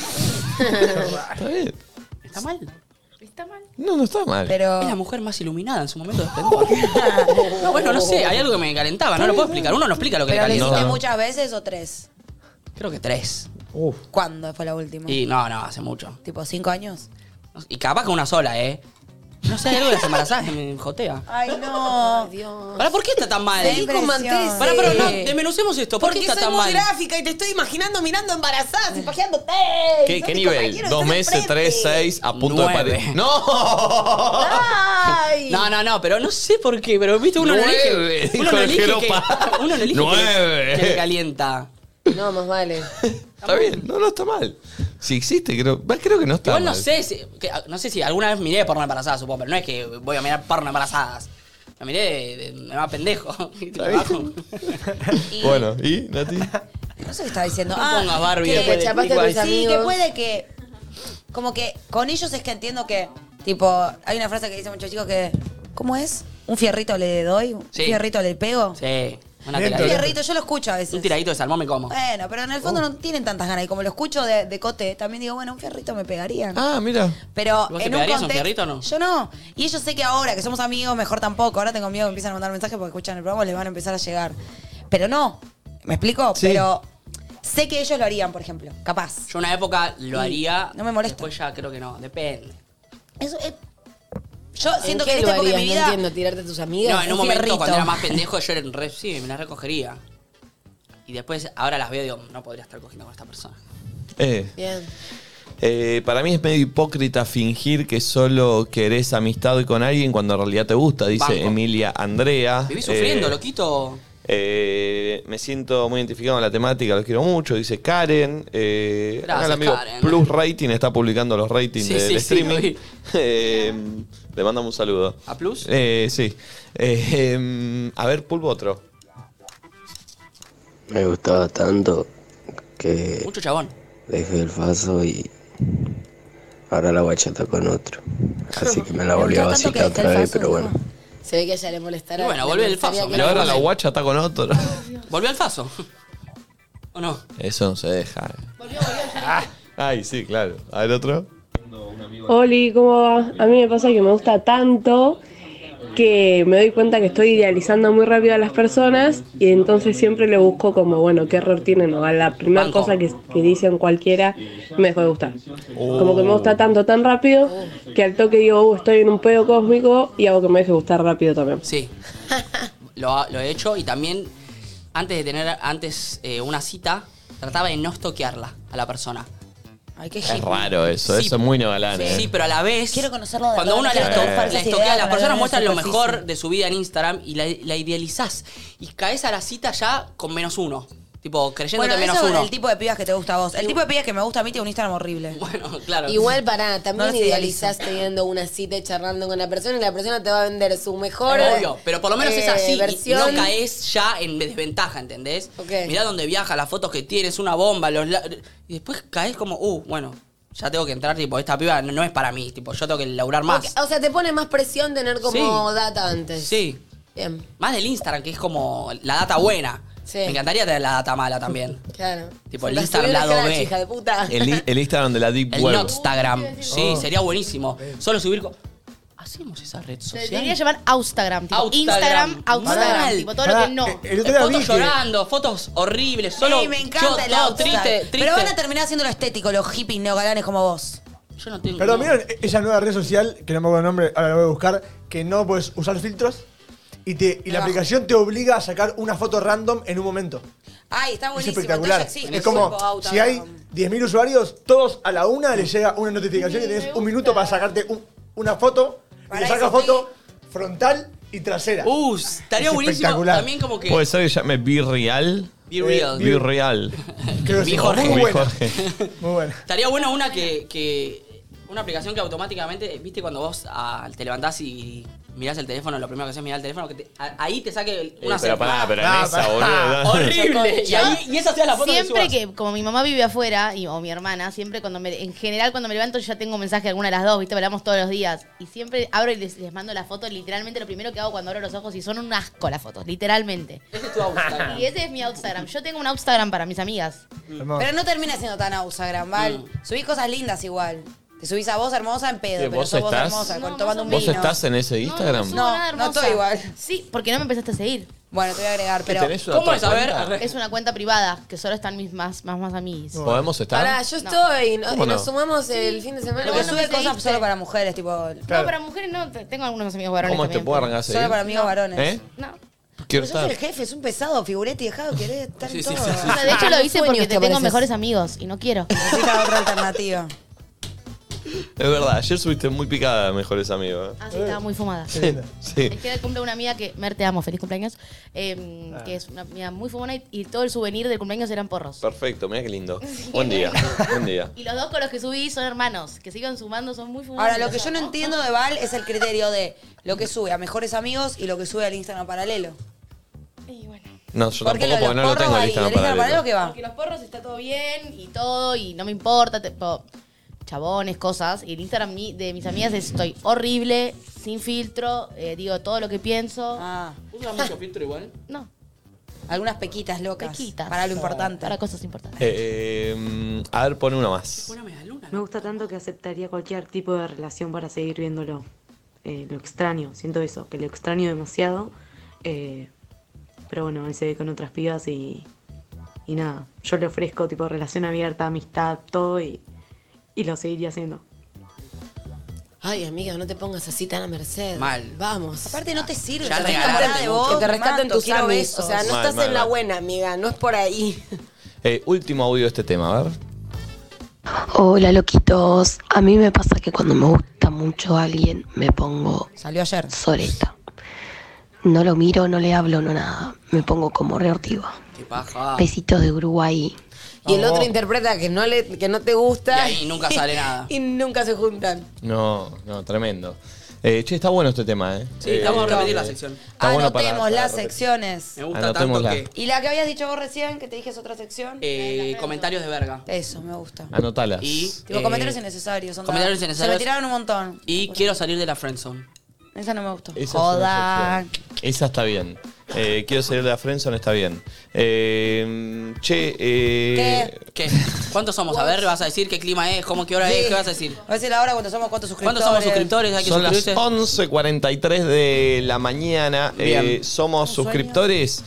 Está bien. ¿Está mal? Está mal. No está mal. Pero. Es la mujer más iluminada en su momento de esplendor. No, bueno, no sé, hay algo que me calentaba, no lo puedo explicar. Uno no explica lo que ¿Pero le le calienta. hiciste No. muchas veces o 3? Creo que 3. Uf. ¿Cuándo fue la última? Y no, hace mucho. ¿Tipo 5 años? Y capaz que una sola, ¿eh? No sé, hay algo de las embarazadas que me jotea. Ay, no. Dios. Pará, ¿por qué está tan mal? Seguí con Mantés. Pará, pero no, desmenucemos esto. ¿Por qué Porque está soy tan muy mal? gráfica y te estoy imaginando mirando embarazadas y pajeándote. ¿Qué nivel? 2 meses, 3, 6, a punto 9. de parir. ¡No! Ay. No, pero no sé por qué, pero viste, uno no 9, elige. dijo Uno no el elige Jeropa. uno no elige 9. que le calienta. No, más vale. Está bien, no está mal. Si existe, creo que no está Igual mal. no sé si alguna vez miré porno embarazada, supongo, pero no es que voy a mirar porno embarazadas. Lo miré me va pendejo. Bueno, ¿y, Nati? No sé qué estaba diciendo. No pongas Barbie que después de chapaste a tus sí, amigos. que puede que... Como que con ellos es que entiendo que... Tipo, hay una frase que dice muchos chicos que... ¿Cómo es? ¿Un fierrito le doy? ¿Un Sí. fierrito le pego? Sí, una Lento, Un tiradita. fierrito, yo lo escucho a veces. Un tiradito de salmón me como. Bueno, pero en el fondo no tienen tantas ganas. Y como lo escucho de Cote, también digo, bueno, un fierrito me pegarían. Ah, mira. Pero ¿Vos te en un pegarías un contexto... fierrito o no? Yo no. Y ellos sé que ahora, que somos amigos, mejor tampoco. Ahora tengo miedo que empiezan a mandar mensajes porque escuchan el programa y les van a empezar a llegar. Pero no. ¿Me explico? Sí. Pero sé que ellos lo harían, por ejemplo. Capaz. Yo una época lo haría. No me molesta. Después ya creo que no, depende. Eso es... Yo siento ¿En que qué en lo esta época de harías? mi No vida... entiendo, tirarte a tus amigas. No, en un un momento fierrito. cuando era más pendejo yo era sí, me la recogería. Y después ahora las veo y digo, no podría estar cogiendo con esta persona. Bien. Para mí es medio hipócrita fingir que solo querés amistad con alguien cuando en realidad te gusta, dice Banco. Emilia Andrea. Viví sufriendo, loquito. Me siento muy identificado con la temática, los quiero mucho, dice Karen. Acá el amigo Karen. Plus Rating está publicando los ratings Sí, del sí, sí, streaming. lo vi. Le mandamos un saludo. ¿A Plus? Sí. A ver, Pulpo, otro. Me gustaba tanto que Mucho chabón. dejé el faso y ahora la guacha está con otro. Así que me la volvió a gustó tanto que vacilar dejé otra el vez, faso, pero bueno. Se ve que a ella le molestará. Y bueno, le volvió el molestaría faso, que Y mirá, no ahora la vale. guacha está con otro. ¿Volvió al faso? ¿O no? Eso no se deja. Ay, sí, claro. A ver, otro. Oli, ¿cómo va? A mí me pasa que me gusta tanto que me doy cuenta que estoy idealizando muy rápido a las personas y entonces siempre le busco como, bueno, qué error tienen o a la primera Banco. cosa que dicen cualquiera me dejó de gustar. Como que me gusta tanto, tan rápido que al toque digo, estoy en un pedo cósmico y hago que me deje gustar rápido también. Sí. Lo he hecho y también antes de tener una cita, trataba de no stalkearla a la persona. Ay, qué Es hippie. raro eso, Sí. eso es muy nogalán, Sí, pero a la vez. Quiero conocerlo de Cuando verdad, uno quiero la tener falsas la ideas stalkea, las para personas ver en muestran lo superficie. mejor de su vida en Instagram y la idealizás. Y caes a la cita ya con -1. Tipo, creyéndote Bueno, eso es -1. el tipo de pibas que te gusta a vos. El tipo de pibas que me gusta a mí tiene un Instagram horrible. Bueno, claro. Igual también No las idealizás teniendo una cita y charlando con la persona y la persona te va a vender su mejor Obvio, pero por lo menos es así. versión. Y no caes ya en desventaja, ¿entendés? Ok. Mirá dónde viaja, las fotos que tienes, una bomba. Y después caes como, bueno, ya tengo que entrar, tipo, esta piba no es para mí. Tipo, yo tengo que laburar más. O sea, te pone más presión tener como Sí. data antes. Sí. Bien, Más del Instagram, que es como la data buena. Sí. Me encantaría tener la data mala también. claro. Tipo, el La Instagram subí una lado cara, B. hija de puta. El Instagram de la Deep El Web. Notstagram. Sí, sería buenísimo. Solo subir... ¿Hacemos esa red Se social? debería llamar Austagram. Tipo, Instagram. Instagram, Austagram. Mal. Tipo, todo lo que no. El otro día vi Fotos que- llorando, fotos horribles, solo... Ey, me encanta el todo Outstar. triste. Pero van a terminar haciendo lo estético, los hippies neogalanes como vos. Yo no tengo... Perdón, no. ¿vieron esa nueva red social, que no me acuerdo el nombre, ahora la voy a buscar, que no puedes usar filtros? Y la aplicación te obliga a sacar una foto random en un momento. Ay, está Es buenísimo. espectacular. Entonces existe Es como, tipo Oustagram. si hay 10.000 usuarios, todos a la una les llega una notificación y tenés un minuto para sacarte una foto. Y Para te saca eso foto frontal y trasera. Estaría Es buenísimo espectacular. también como que... Puede ser que llame Be Real. Be real. Be Real. Creo que Mi sí, Jorge. muy Be buena. Jorge. Muy buena. Estaría buena una una aplicación que automáticamente, viste, cuando vos te levantás y mirás el teléfono, lo primero que haces es mirar el teléfono, que ahí te saque una Pero pará, pero en Ah, esa, pará. boludo. horrible. Y esa sea la foto Siempre que subas. que, como mi mamá vive afuera, o mi hermana, siempre en general cuando me levanto yo ya tengo mensaje de alguna de las dos, ¿viste? Hablamos todos los días. Y siempre abro y les mando la foto, literalmente lo primero que hago cuando abro los ojos y son un asco las fotos, literalmente. Ese es tu Instagram. Y ese es mi Outstagram. Yo tengo un Outstagram para mis amigas. Hermoso. Pero no termina siendo tan Instagram, ¿vale? Subís cosas lindas igual. Te subís a vos hermosa en pedo, Sí, pero ¿vos sos vos estás? hermosa, No, tomando un más o ¿Vos vino. estás en ese Instagram? subo No, nada no hermosa. estoy igual. Sí, porque no me empezaste a seguir. Bueno, te voy a agregar, pero... ¿Tenés una ¿Cómo otra es? A ver, cuenta? Es una cuenta privada, que solo están mis más amigos. ¿Podemos estar? Pará, yo estoy. ¿Cómo no? Nos sumamos el fin de semana. Lo que Bueno, sube me cosas seguiste. solo para mujeres, tipo... No, para mujeres no. Tengo algunos amigos varones ¿Cómo te también. puedo arrancar a seguir? Solo para amigos varones. ¿Eh? No. Quiero Pero sos el estar. jefe, es un pesado, figuretti, dejado, querés estar en todo. O sea, de hecho lo hice Sueños porque que te tengo pareces. mejores amigos y no quiero. Necesita otra alternativa. Es verdad, ayer subiste muy picada de Mejores Amigos. Ah, sí, estaba muy fumada. Sí. Es que cumple una amiga que, Mer, te amo, feliz cumpleaños, que es una amiga muy fumona y todo el souvenir del cumpleaños eran porros. Perfecto, mira qué lindo. Buen día, buen día. Y los dos con los que subí son hermanos, que sigan sumando, son muy fumados. Ahora, lo que yo no entiendo de Val es el criterio de lo que sube a mejores amigos y lo que sube al Instagram paralelo. Y bueno. No, yo ¿Por qué tampoco porque no lo tengo en ahí? Instagram ¿El Instagram paralelo paralelo. qué va? Porque los porros está todo bien y todo y no me importa, tipo, chabones, cosas. Y el Instagram de mis amigas estoy horrible, sin filtro, digo todo lo que pienso. Ah, ¿Usa mucho filtro igual? No, algunas pequitas locas. pequitas. Para lo importante. Para cosas importantes. A ver, pone uno más. Una media luna. Me gusta tanto que aceptaría cualquier tipo de relación para seguir viéndolo. Lo extraño, siento eso, que lo extraño demasiado. Pero bueno, él se ve con otras pibas y nada. Yo le ofrezco tipo relación abierta, amistad, todo y lo seguiría haciendo. Ay, amiga, no te pongas así tan a merced. Mal. Vamos. Aparte no te sirve. Ya te regalaste rescatan de vos, que te me rescaten mato, tus quiero amis. besos. O sea, no Mal, estás mal, en la mal. buena, amiga. No es por ahí. Último audio de este tema, a ver. Hola loquitos, a mí me pasa que cuando me gusta mucho a alguien me pongo Salió ayer. soleta. No lo miro, no le hablo, no nada. Me pongo como reortiva. Qué paja. Besitos de Uruguay. Y el otro interpreta que no te gusta. Y ahí nunca sale nada. Y nunca se juntan. No, tremendo. Che, está bueno este tema, ¿eh? Sí, estamos a repetir la sección. Está bueno para Anotemos las repetir. secciones. Me gusta tanto Anotémosla. que... Y la que habías dicho vos recién, que te dije es otra sección. comentarios de verga. Eso, me gusta. Anotalas. Y... Tipo, comentarios innecesarios. onda. comentarios innecesarios. Se me tiraron un montón. Y quiero salir de la friendzone. Esa no me gustó. Esa es Joda. una sección. Esa está bien. Quiero salir de la friendzone, está bien. ¿Qué? ¿Cuántos somos? A ver, vas a decir qué clima es, cómo, qué hora es, qué vas a decir. Voy a decir ahora cuántos somos suscriptores. ¿Cuántos somos suscriptores? Hay que Son las suscribirse. 11:43 de la mañana. Bien. Somos suscriptores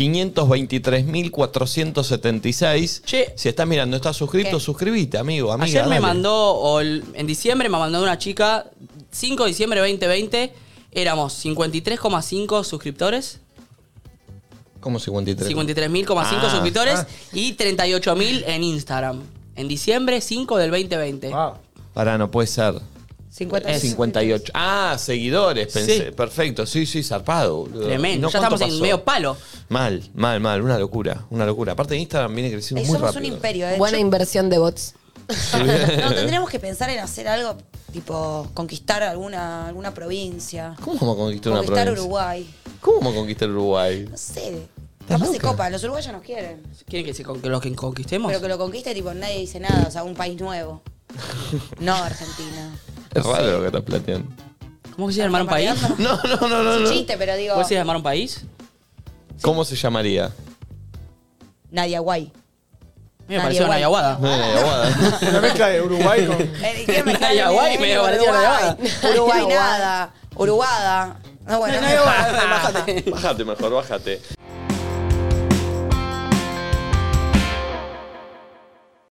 523.476. Che. Si estás mirando, estás suscrito, ¿Qué? suscribite, amigo, amiga. Ayer me dale. mandó, en diciembre me mandó una chica, 5 de diciembre 2020, éramos 53,5 suscriptores. ¿Cómo 53? 53.000,5 Ah. suscriptores y 38.000 en Instagram. En diciembre 5 del 2020. Wow. Pará, no puede ser. 50. 58. Ah, seguidores, pensé. Sí. Perfecto, sí, zarpado, boludo. ¿Y Tremendo. no Ya cuánto estamos en pasó? medio palo. Mal, una locura, una locura. Aparte Instagram viene creciendo muy Somos rápido. un imperio, Buena Yo- inversión de bots. No, tendríamos que pensar en hacer algo, tipo, conquistar alguna provincia. ¿Cómo vamos a conquistar una Conquistar provincia? Uruguay. ¿Cómo vamos a conquistar Uruguay? No sé. ¿Estás Capaz se loca? copan, los uruguayos nos quieren. ¿Quieren que los que conquistemos? Pero que lo conquiste, tipo, nadie dice nada, o sea, un país nuevo. No Argentina. Es raro lo que estás planteando. ¿Cómo se llama armar un país? No. Es un chiste, pero digo, ¿Vos decís armar un país? ¿Cómo se llamaría? Nadia Guay. A mí me pareció una yaguada. Una mezcla de Uruguay con. ¿Qué me Nadia Guay me pareció una yaguada. Uruguay nada. Uruguada. No, bueno. Bájate. Bájate mejor, bájate.